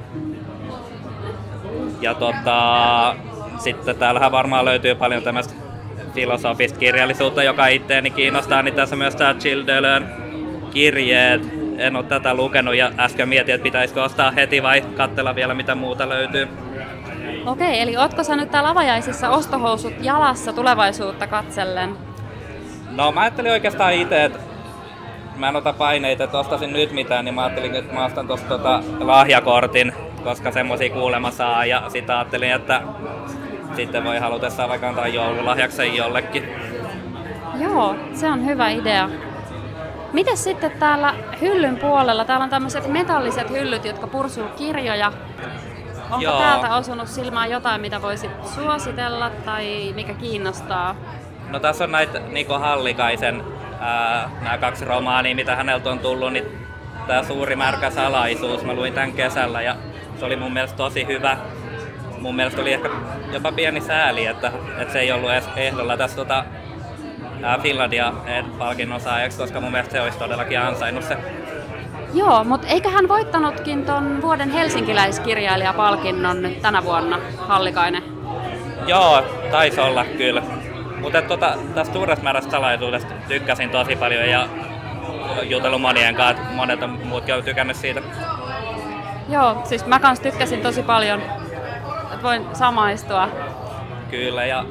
Ja sitten täällähän varmaan löytyy paljon tämmöistä filosofista kirjallisuutta, joka itteeni kiinnostaa, niin tässä on myös tää Jill Delön kirjeet. En oo tätä lukenut ja äsken mietin, että pitäisikö ostaa heti vai katsella vielä mitä muuta löytyy.
Okei, eli ootko sä nyt täällä avajaisissa ostohousut jalassa tulevaisuutta katsellen?
No mä ajattelin oikeastaan itse, että mä en ota paineita, että ostasin nyt mitään, niin mä ajattelin, että mä ostan tosta lahjakortin, koska semmosia kuulemma saa, ja sitten ajattelin, että sitten voi halutessaan vaikka antaa joululahjaksi jollekin.
Joo, se on hyvä idea. Mites sitten täällä hyllyn puolella? Täällä on tämmöiset metalliset hyllyt, jotka pursuu kirjoja. Onko täältä osunut silmään jotain, mitä voisit suositella tai mikä kiinnostaa?
No tässä on näitä Niko Hallikaisen nämä 2 romaania, mitä häneltä on tullut, niin tämä Suuri märkä salaisuus. Mä luin tämän kesällä ja se oli mun mielestä tosi hyvä. Mun mielestä oli ehkä jopa pieni sääli, että se ei ollut edes ehdolla tässä Finlandia-palkinnon saajaksi, koska mun mielestä se olisi todellakin ansainnut se.
Joo, mutta eikä hän voittanutkin ton vuoden helsinkiläiskirjailijapalkinnon nyt tänä vuonna, Hallikainen?
Joo, taisi olla kyllä. Mutta tästä Suuresta määrästä salaisuudesta tykkäsin tosi paljon ja jutellut monien kanssa, että monet muutkin on tykännyt siitä.
Joo, siis mä kans tykkäsin tosi paljon, että voin samaistua.
Kyllä, ja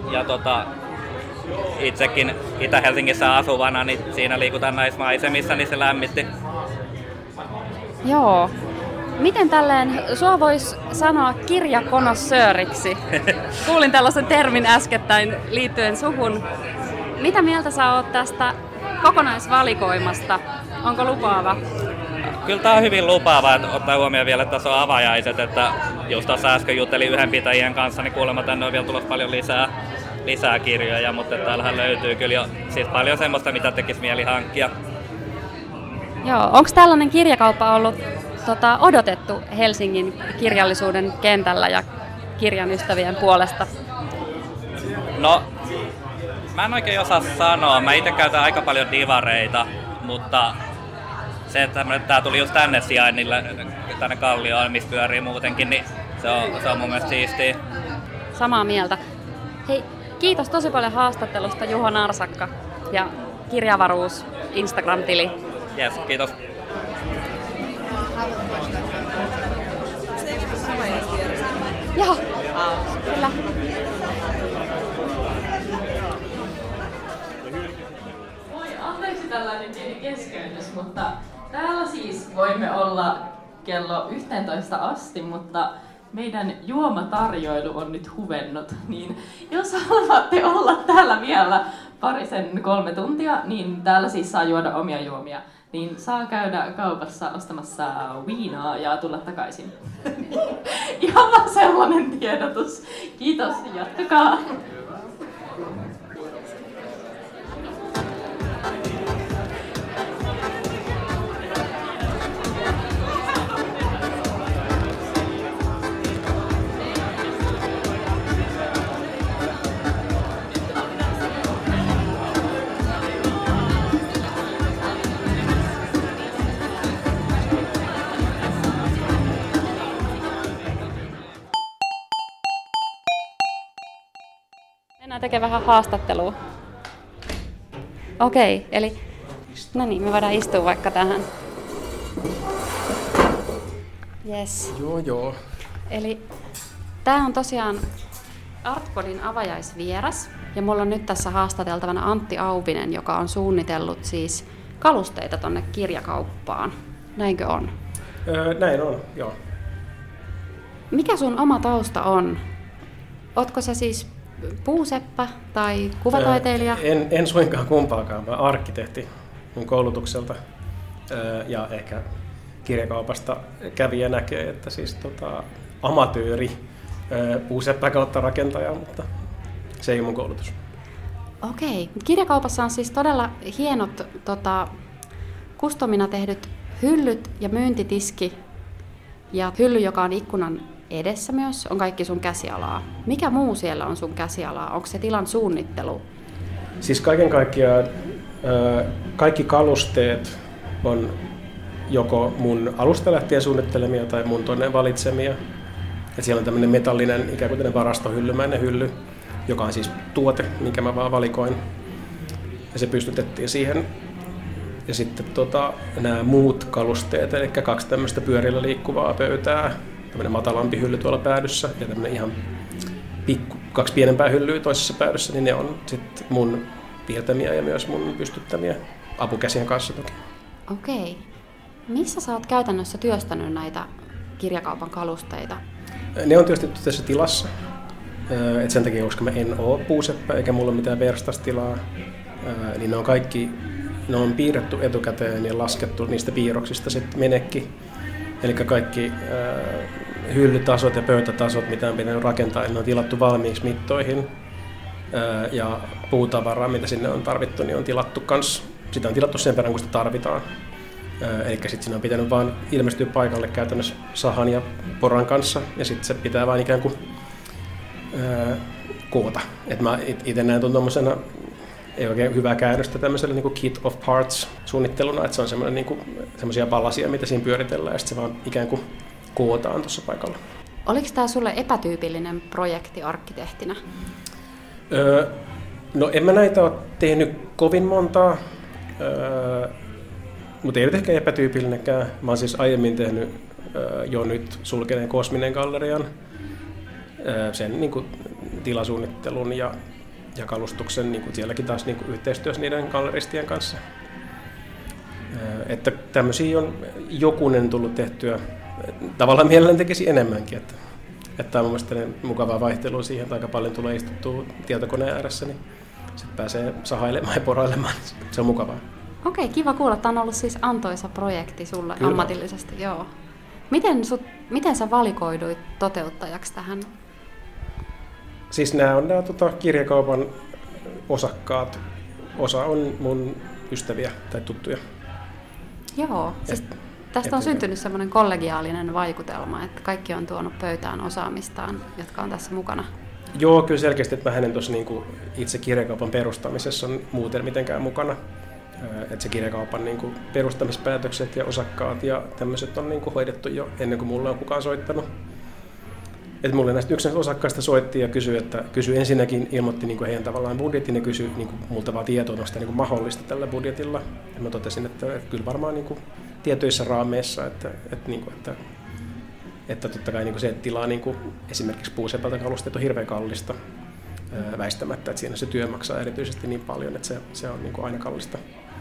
itsekin Itä-Helsingissä asuvana, niin siinä liikutaan näissä maisemissa, niin se lämmitti.
Joo. Miten tälleen sua vois sanoa kirjakonossööriksi? Kuulin tällaisen termin äskettäin liittyen suhun. Mitä mieltä sä oot tästä kokonaisvalikoimasta? Onko lupaava?
Kyllä tää on hyvin lupaava, että ottaa huomioon vielä, että tässä on avajaiset, että just tuossa äsken juttelin yhden pitäjien kanssa, niin kuulemma tänne on vielä tulossa paljon lisää kirjoja, mutta täällähän löytyy kyllä jo siis paljon semmoista, mitä tekisi mieli hankkia.
Joo, onko tällainen kirjakauppa ollut odotettu Helsingin kirjallisuuden kentällä ja kirjan ystävien puolesta?
No, mä en oikein osaa sanoa. Mä itse käytän aika paljon divareita, mutta se, että tää tuli just tänne sijainnille, tänne Kallioon, missä pyörii muutenkin, niin se on mun mielestä siistiä.
Samaa mieltä. Hei, kiitos tosi paljon haastattelusta Juho Narsakka ja Kirjavaruus Instagram-tili.
Yes, kiitos.
Joo, kyllä.
Anteeksi tällainen pieni keskeytys, mutta täällä siis voimme olla kello 11 asti, mutta meidän juomatarjoilu on nyt huvennut, niin jos haluatte olla täällä vielä 2-3 tuntia, niin täällä siis saa juoda omia juomia. Niin saa käydä kaupassa ostamassa viinaa ja tulla takaisin. Ihan vaan sellainen tiedotus. Kiitos, jatkakaa.
Mennään tekemään vähän haastattelua. Okei, eli no niin, me voidaan istua vaikka tähän. Yes.
Joo.
Eli Tämä on tosiaan Artpodin avajaisvieras ja mulla on nyt tässä haastateltavana Antti Auvinen, joka on suunnitellut siis kalusteita tonne kirjakauppaan. Näinkö on?
Näin on, joo.
Mikä sun oma tausta on? Ootko sä siis puuseppä tai kuvataiteilija?
En suinkaan kumpaakaan, vaan arkkitehti mun koulutukselta. Ja ehkä kirjakaupasta kävijä näkee, että siis amatööri puuseppä kautta rakentaja, mutta se ei ole mun koulutus.
Okei. Kirjakaupassa on siis todella hienot kustomina tehdyt hyllyt ja myyntitiski. Ja hylly, joka on ikkunan edessä myös, on kaikki sun käsialaa. Mikä muu siellä on sun käsialaa? Onko se tilan suunnittelu?
Siis kaiken kaikkiaan kaikki kalusteet on joko mun alusta lähtien suunnittelemia tai mun toinen valitsemia. Et siellä on tämmöinen metallinen ikään kuin varastohyllymäinen hylly, joka on siis tuote, minkä mä vaan valikoin. Ja se pystytettiin siihen. Ja sitten nämä muut kalusteet, eli 2 tämmöistä pyörillä liikkuvaa pöytää, tämmöinen matalampi hylly tuolla päädyssä ja tämmöinen ihan 2 pienempää hyllyä toisessa päädyssä, niin ne on sitten mun piirtämiä ja myös mun pystyttämiä apukäsien kanssa toki.
Okei. Missä sä oot käytännössä työstänyt näitä kirjakaupan kalusteita?
Ne on työstetty tässä tilassa. Et sen takia, koska mä en oo puuseppä eikä mulla ole mitään verstastilaa, niin ne on piirretty etukäteen ja laskettu niistä piirroksista sitten menekki. Eli kaikki hyllytasot ja pöytätasot, mitä on pitänyt rakentaa, ne on tilattu valmiiksi mittoihin. Ja puutavaraa, mitä sinne on tarvittu, niin on tilattu kans. Sitä on tilattu sen verran, kun sitä tarvitaan. Eli sitten siinä on pitänyt vaan ilmestyä paikalle käytännössä sahan ja poran kanssa, ja sitten se pitää vaan ikään kuin koota. Et mä itse näen tuommoisena, ei oikein hyvää käännöstä tämmöiselle niin kuin kit of parts suunnitteluna, että se on semmoisia palasia, mitä siinä pyöritellään, ja sitten se vaan ikään kuin kootaan tuossa paikalla.
Oliko tämä sulle epätyypillinen projekti arkkitehtinä?
No en mä näitä ole tehnyt kovin montaa, mutta ei nyt ehkä epätyypillinenkään. Mä oon siis aiemmin tehnyt jo nyt sulkeneen Kosminen gallerian, sen niin kuin tilasuunnittelun ja kalustuksen niin kuin sielläkin taas niin kuin yhteistyössä niiden galleristien kanssa. Että tämmöisiä on jokunen tullut tehtyä. Tavallaan mielelläni tekisi enemmänkin. Että on mun mielestä mukavaa vaihtelua siihen, että aika paljon tulee istuttua tietokoneen ääressä, niin sitten pääsee sahailemaan ja porailemaan. Se on mukavaa.
Okei, kiva kuulla. Tämä on ollut siis antoisa projekti sulle. Kyllä. Ammatillisesti. Joo. Miten sä valikoiduit toteuttajaksi tähän?
Siis nämä on kirjakaupan osakkaat. Osa on mun ystäviä tai tuttuja.
Joo, siis tästä on syntynyt semmoinen kollegiaalinen vaikutelma, että kaikki on tuonut pöytään osaamistaan, jotka on tässä mukana.
Joo, kyllä selkeästi, että mä hänen tuossa niinku itse kirjakaupan perustamisessa on muuten mitenkään mukana. Että se kirjakaupan niinku perustamispäätökset ja osakkaat ja tämmöiset on niinku hoidettu jo ennen kuin mulle on kukaan soittanut. Että mulle yksi näistä osakkaista soitti ja kysyi ensinnäkin, ilmoitti niinku heidän tavallaan budjetin ja kysyi niinku multa vaan tietoa noista niinku mahdollista tällä budjetilla. Ja mä totesin, että kyllä varmaan niinku tietyissä raameissa, että totta kai niinku se, että tilaa niinku esimerkiksi puusepältä kalusteet on hirveän kallista väistämättä, että siinä se työ maksaa erityisesti niin paljon, että se on niinku aina kallista.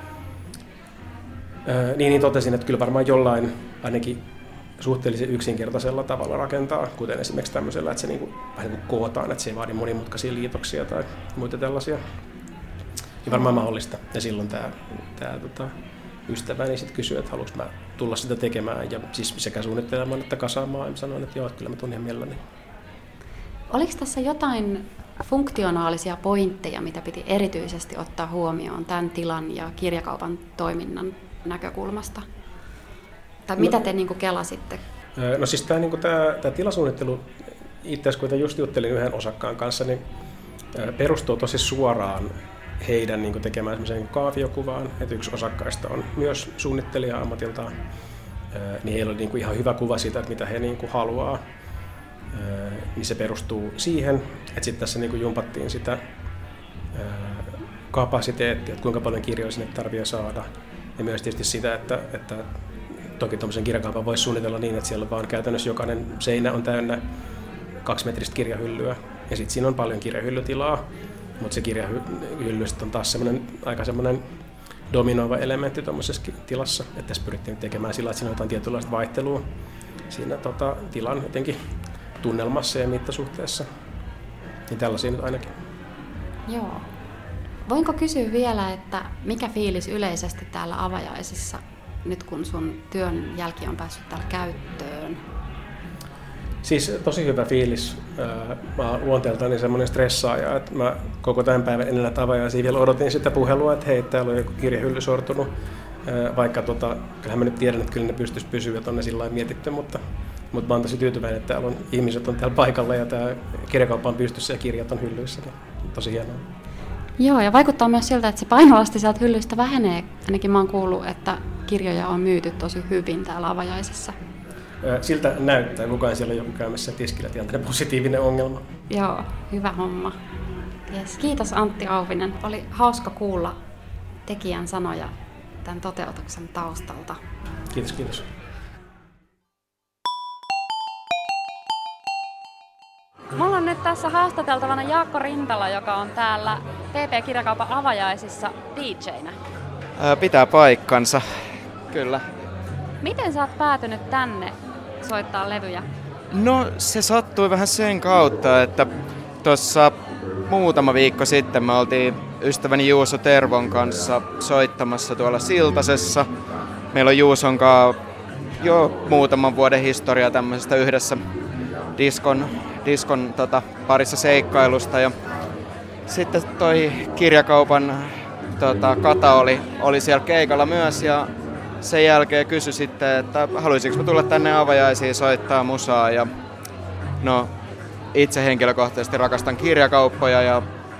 Niin totesin, että kyllä varmaan jollain ainakin suhteellisen yksinkertaisella tavalla rakentaa, kuten esimerkiksi tämmöisellä, että se niinku, vähän niin kuin kootaan, että se ei vaadi monimutkaisia liitoksia tai muita tällaisia. Ja varmaan mahdollista. Ja silloin tämä ystäväni sitten kysyi, että haluanko mä tulla sitä tekemään ja siis sekä suunnittelemaan että kasaamaan. Ja sanoin, että joo, että kyllä mä tuun ihan mielelläni.
Oliko tässä jotain funktionaalisia pointteja, mitä piti erityisesti ottaa huomioon tämän tilan ja kirjakaupan toiminnan näkökulmasta? Tai mitä te niin kuin kelasitte?
No siis tämä tilasuunnittelu, itse asiassa kun just juttelin yhden osakkaan kanssa, niin perustuu tosi suoraan heidän niin kuin tekemään semmoiseen kaaviokuvaan, että yksi osakkaista on myös suunnittelija ammatiltaan, niin heillä on niin kuin ihan hyvä kuva siitä, että mitä he niin kuin haluaa. Niin se perustuu siihen, että sitten tässä niin kuin jumpattiin sitä kapasiteettia, että kuinka paljon kirjoja sinne tarvitsee saada. Ja myös tietysti sitä, että toki tuommoisen kirjakaupan voisi suunnitella niin, että siellä vaan käytännössä jokainen seinä on täynnä 2-metristä kirjahyllyä. Ja sitten siinä on paljon kirjahyllytilaa, mutta se kirjahylly on taas aika semmoinen dominoiva elementti tuommoisessa tilassa. Että tässä pyrittiin tekemään sillä, että siinä on jotain tietynlaista vaihtelua siinä tilan jotenkin tunnelmassa ja mittasuhteessa. Niin tällaisia nyt ainakin.
Joo. Voinko kysyä vielä, että mikä fiilis yleisesti täällä avajaisissa, nyt kun sun työn jälki on päässyt täällä käyttöön?
Siis tosi hyvä fiilis. Mä oon luonteeltani semmoinen stressaaja, että mä koko tämän päivän ennen näitä avajaisia vielä odotin sitä puhelua, että hei, täällä on joku kirjahylly sortunut. Vaikka kyllähän mä nyt tiedän, että kyllä ne pystyisi pysyä, että on ne sillä lailla mietitty, mutta mä oon tosi tyytyväinen, että täällä on ihmiset on täällä paikalla ja tää kirjakauppa on pystyssä ja kirjat on hyllyissä. Tosi hienoa.
Joo, ja vaikuttaa myös siltä, että se painolasti sieltä hyllystä vähenee. Ainakin mä oon kuullut, että kirjoja on myyty tosi hyvin täällä avajaisissa.
Siltä näyttää, kukaan siellä on joku käymässä tiskillä, että positiivinen ongelma.
Joo, hyvä homma. Yes. Kiitos Antti Auvinen. Oli hauska kuulla tekijän sanoja tämän toteutuksen taustalta.
Kiitos.
Mulla on nyt tässä haastateltavana Jaakko Rintala, joka on täällä PP-kirjakaupan avajaisissa DJ:nä.
Pitää paikkansa, kyllä.
Miten sä oot päätynyt tänne soittaa levyjä?
No se sattui vähän sen kautta, että tuossa muutama viikko sitten me oltiin ystäväni Juuso Tervon kanssa soittamassa tuolla Siltasessa. Meillä on Juuson kanssa jo muutaman vuoden historia tämmöisestä yhdessä diskon parissa seikkailusta. Ja sitten toi kirjakaupan kata oli siellä keikalla myös ja sen jälkeen kysyi sitten, että haluaisinko mä tulla tänne avajaisiin soittaa musaa. Ja no, itse henkilökohtaisesti rakastan kirjakauppoja ja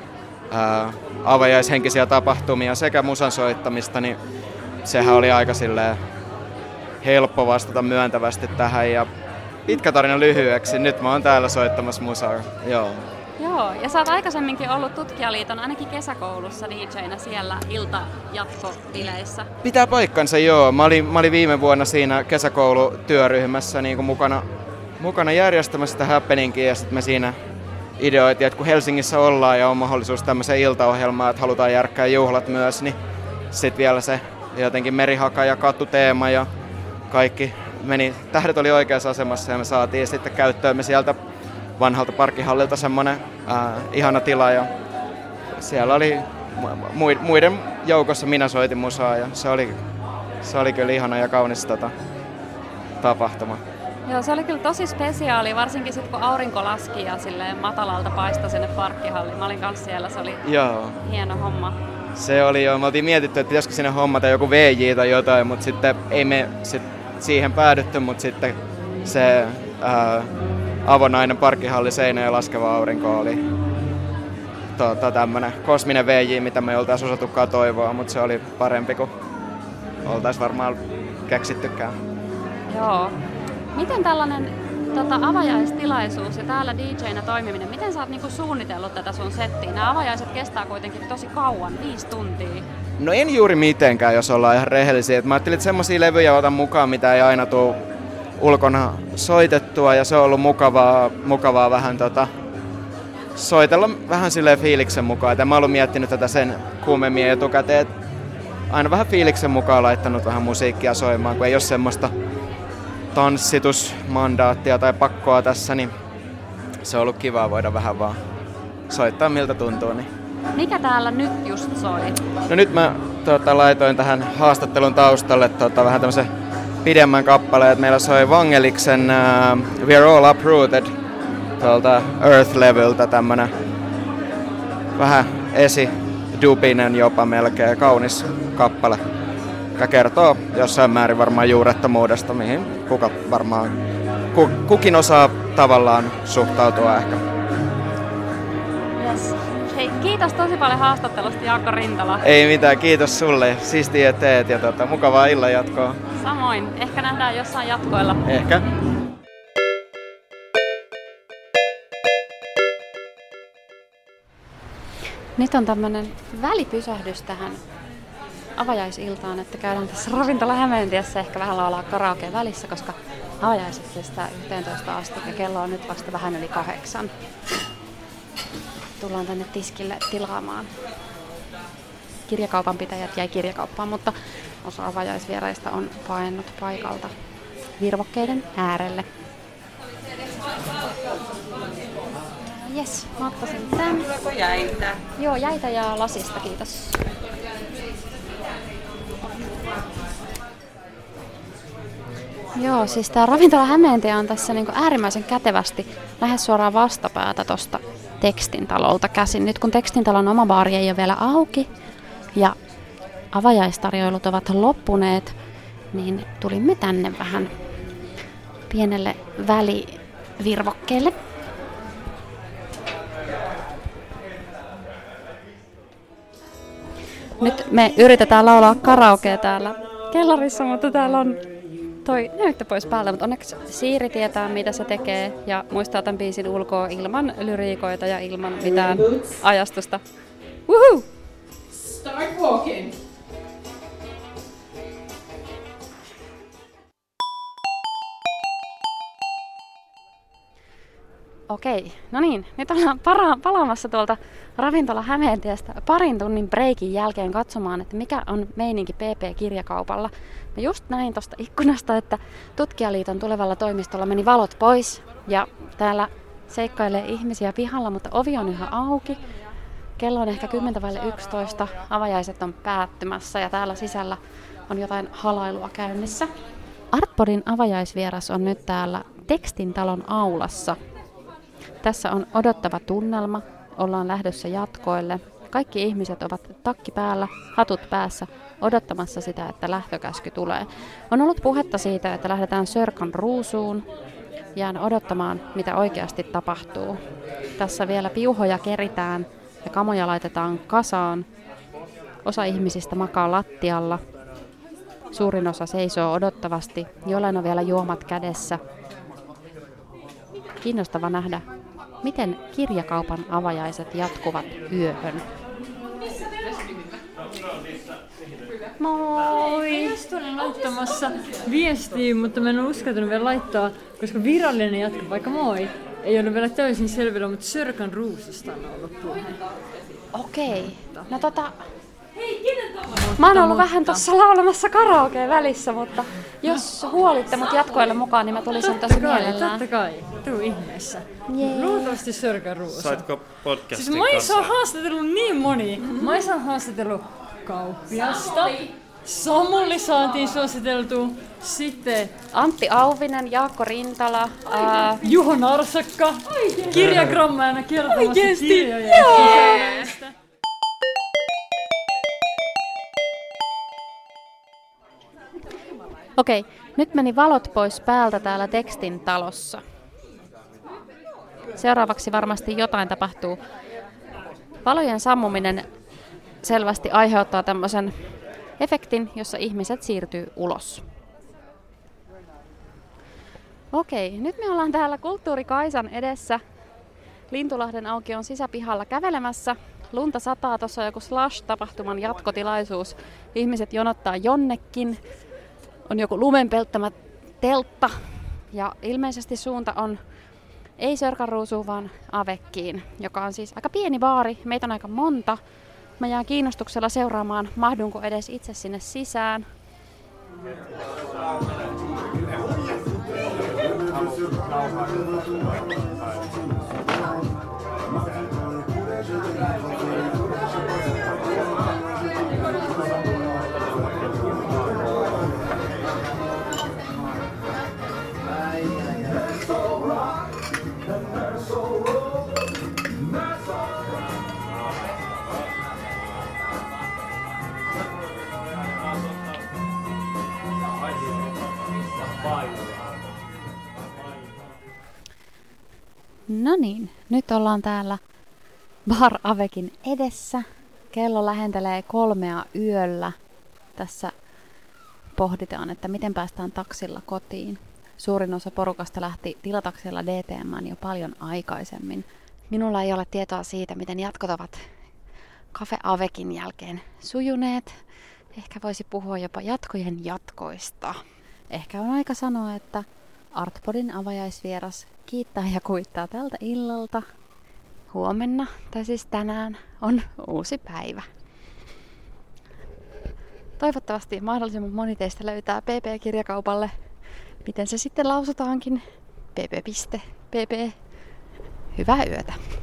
avajaishenkisiä tapahtumia sekä musan soittamista, niin sehän oli aika silleen helppo vastata myöntävästi tähän. Ja pitkä tarina lyhyeksi, nyt mä oon täällä soittamassa musaa. Joo,
ja sä oot aikaisemminkin ollut Tutkijaliiton ainakin kesäkoulussa DJ:nä siellä iltajatkobileissä.
Pitää paikkansa, joo. Mä olin viime vuonna siinä kesäkoulutyöryhmässä niin kuin mukana järjestämässä sitä happeningia ja sitten me siinä ideoitiin, että kun Helsingissä ollaan ja on mahdollisuus tämmöiseen iltaohjelmaan, että halutaan järkkää juhlat myös, niin sitten vielä se jotenkin merihaka ja katuteema ja kaikki meni. Tähdet oli oikeassa asemassa ja me saatiin sitten käyttöömme sieltä vanhalta parkkihallilta semmoinen ihana tila ja siellä oli muiden joukossa minä soitin musaa ja se oli kyllä ihana ja kaunis tapahtuma.
Joo, se oli kyllä tosi spesiaali, varsinkin sitten kun aurinko laski ja silleen matalalta paistoi sinne parkkihalliin. Mä olin kanssa siellä, se oli hieno homma.
Se oli jo, me oltiin mietitty, että pitäisikö sinne hommata joku VJ tai jotain, mutta sitten ei me siihen päädytty, mutta sitten se avonainen parkkihalli seinä ja laskeva aurinko oli tämmönen kosminen VJ, mitä me ei oltaisi osattukaan toivoa, mutta se oli parempi kuin oltaisi varmaan keksittykään.
Joo. Miten tällainen avajaistilaisuus ja täällä DJ:nä toimiminen, miten sä oot niinku suunnitellut tätä sun settiä? Nämä avajaiset kestää kuitenkin tosi kauan, 5 tuntia.
No en juuri mitenkään, jos ollaan ihan rehellisiä. Mä ajattelin, että semmosia levyjä otan mukaan, mitä ei aina tule ulkona soitettua ja se on ollut mukavaa vähän soitella vähän silleen fiiliksen mukaan. Et mä oon miettinyt tätä sen kuumemmin etukäteen, että aina vähän fiiliksen mukaan laittanut vähän musiikkia soimaan, kun ei ole semmoista tanssitusmandaattia tai pakkoa tässä, niin se on ollut kivaa voida vähän vaan soittaa miltä tuntuu. Niin.
Mikä täällä nyt just soi?
No nyt mä laitoin tähän haastattelun taustalle vähän tämmösen pidemmän kappaleen, että meillä soi Vangeliksen We're All Uprooted tuolta Earth Leveltä tämmönen vähän esidubinen jopa melkein kaunis kappale, joka kertoo jossain määrin varmaan juurettomuudesta, mihin kukin osaa tavallaan suhtautua ehkä.
Yes. Hei, kiitos tosi paljon haastattelusta, Jaakko Rintala.
Ei mitään, kiitos sulle. Siistiä, että teet ja mukavaa illan jatkoa.
Samoin. Ehkä nähdään jossain jatkoilla.
Ehkä.
Nyt on tämmönen välipysähdys tähän avajaisiltaan, että käydään tässä ravintola Hämeentiessä ehkä vähän laulaa karaokea välissä, koska Avajaiset kestää 11 asti ja kello on nyt vasta vähän yli 8. Tullaan tänne tiskille tilaamaan. Kirjakaupan pitäjät jäi kirjakauppaan, mutta osa avajaisvieraista on paennut paikalta virvokkeiden äärelle. Jes, mä ottaisin tän.
Tuleeko jäitä?
Joo, jäitä ja lasista, kiitos. Joo, siis tää ravintola Hämeentie on tässä niinku äärimmäisen kätevästi lähes suoraan vastapäätä tosta Tekstintalolta käsin. Nyt kun Tekstintalon oma baari ei ole vielä auki ja avajaistarjoilut ovat loppuneet, niin tulimme tänne vähän pienelle välivirvokkeelle. Nyt me yritetään laulaa karaokea täällä kellarissa, mutta täällä on toi näyttö pois päältä, mutta onneksi Siiri tietää, mitä se tekee ja muistaa tämän biisin ulkoa ilman lyriikoita ja ilman mitään ajastusta. Woohoo!
Start walking!
Okei, no niin, nyt ollaan palaamassa tuolta ravintola Hämeentiestä parin tunnin breikin jälkeen katsomaan, että mikä on meininki PP-kirjakaupalla. Mä just näin tuosta ikkunasta, että Tutkijaliiton tulevalla toimistolla meni valot pois ja täällä seikkailee ihmisiä pihalla, mutta ovi on yhä auki. Kello on ehkä 10:11, avajaiset on päättymässä ja täällä sisällä on jotain halailua käynnissä. Artpodin avajaisvieras on nyt täällä Tekstintalon aulassa. Tässä on odottava tunnelma, ollaan lähdössä jatkoille. Kaikki ihmiset ovat takki päällä, hatut päässä, odottamassa sitä, että lähtökäsky tulee. On ollut puhetta siitä, että lähdetään Sörkan ruusuun. Jään odottamaan, mitä oikeasti tapahtuu. Tässä vielä piuhoja keritään ja kamoja laitetaan kasaan. Osa ihmisistä makaa lattialla. Suurin osa seisoo odottavasti. Jollain on vielä juomat kädessä. Kiinnostava nähdä, miten kirjakaupan avajaiset jatkuvat yöhön.
Moi! Just olin laittamassa viestiä, mutta mä en ole uskaltanut vielä laittaa, koska virallinen jatkopaikka moi ei ole vielä täysin selvillä, mutta Sörkan ruususta on ollut puhe.
Okei. No mä oon ollut vähän tossa laulamassa karaokea välissä, mutta jos huolitte mut jatkoille mukaan, niin mä tulisin tosi mielellään.
Totta kai, tuu ihmeessä. Luultavasti Sörkan ruusu.
Saitko podcastin
siis Maisa on haastatellut niin moni. Maisa on haastatellut kauppiasta. Samuli saatiin suositeltua. Sitten
Antti Auvinen, Jaakko Rintala,
Juho Narsakka, kirjagrammaana kertomassa kirjoja.
Okei, nyt meni valot pois päältä täällä Tekstintalossa. Seuraavaksi varmasti jotain tapahtuu. Valojen sammuminen selvästi aiheuttaa tämmöisen efektin, jossa ihmiset siirtyy ulos. Okei, nyt me ollaan täällä Kulttuuri Kaisan edessä. Lintulahden aukion sisäpihalla kävelemässä. Lunta sataa, tuossa on joku Slash-tapahtuman jatkotilaisuus. Ihmiset jonottaa jonnekin. On joku lumenpelttämä teltta. Ja ilmeisesti suunta on ei Sörkan ruusuun, vaan Avekkiin, joka on siis aika pieni baari. Meitä on aika monta. Mä jään kiinnostuksella seuraamaan, mahdunko edes itse sinne sisään. No niin, nyt ollaan täällä Bar Avekin edessä. Kello lähentelee 3 yöllä. Tässä pohditaan, että miten päästään taksilla kotiin. Suurin osa porukasta lähti tilataksilla DTM:ään jo paljon aikaisemmin. Minulla ei ole tietoa siitä, miten jatkot ovat Cafe Avekin jälkeen sujuneet. Ehkä voisi puhua jopa jatkojen jatkoista. Ehkä on aika sanoa, että Artpodin avajaisvieras kiittää ja kuittaa tältä illalta. Huomenna, tai siis tänään, on uusi päivä. Toivottavasti mahdollisimman moni teistä löytää PP-kirjakaupalle, miten se sitten lausutaankin, pp. Hyvää yötä!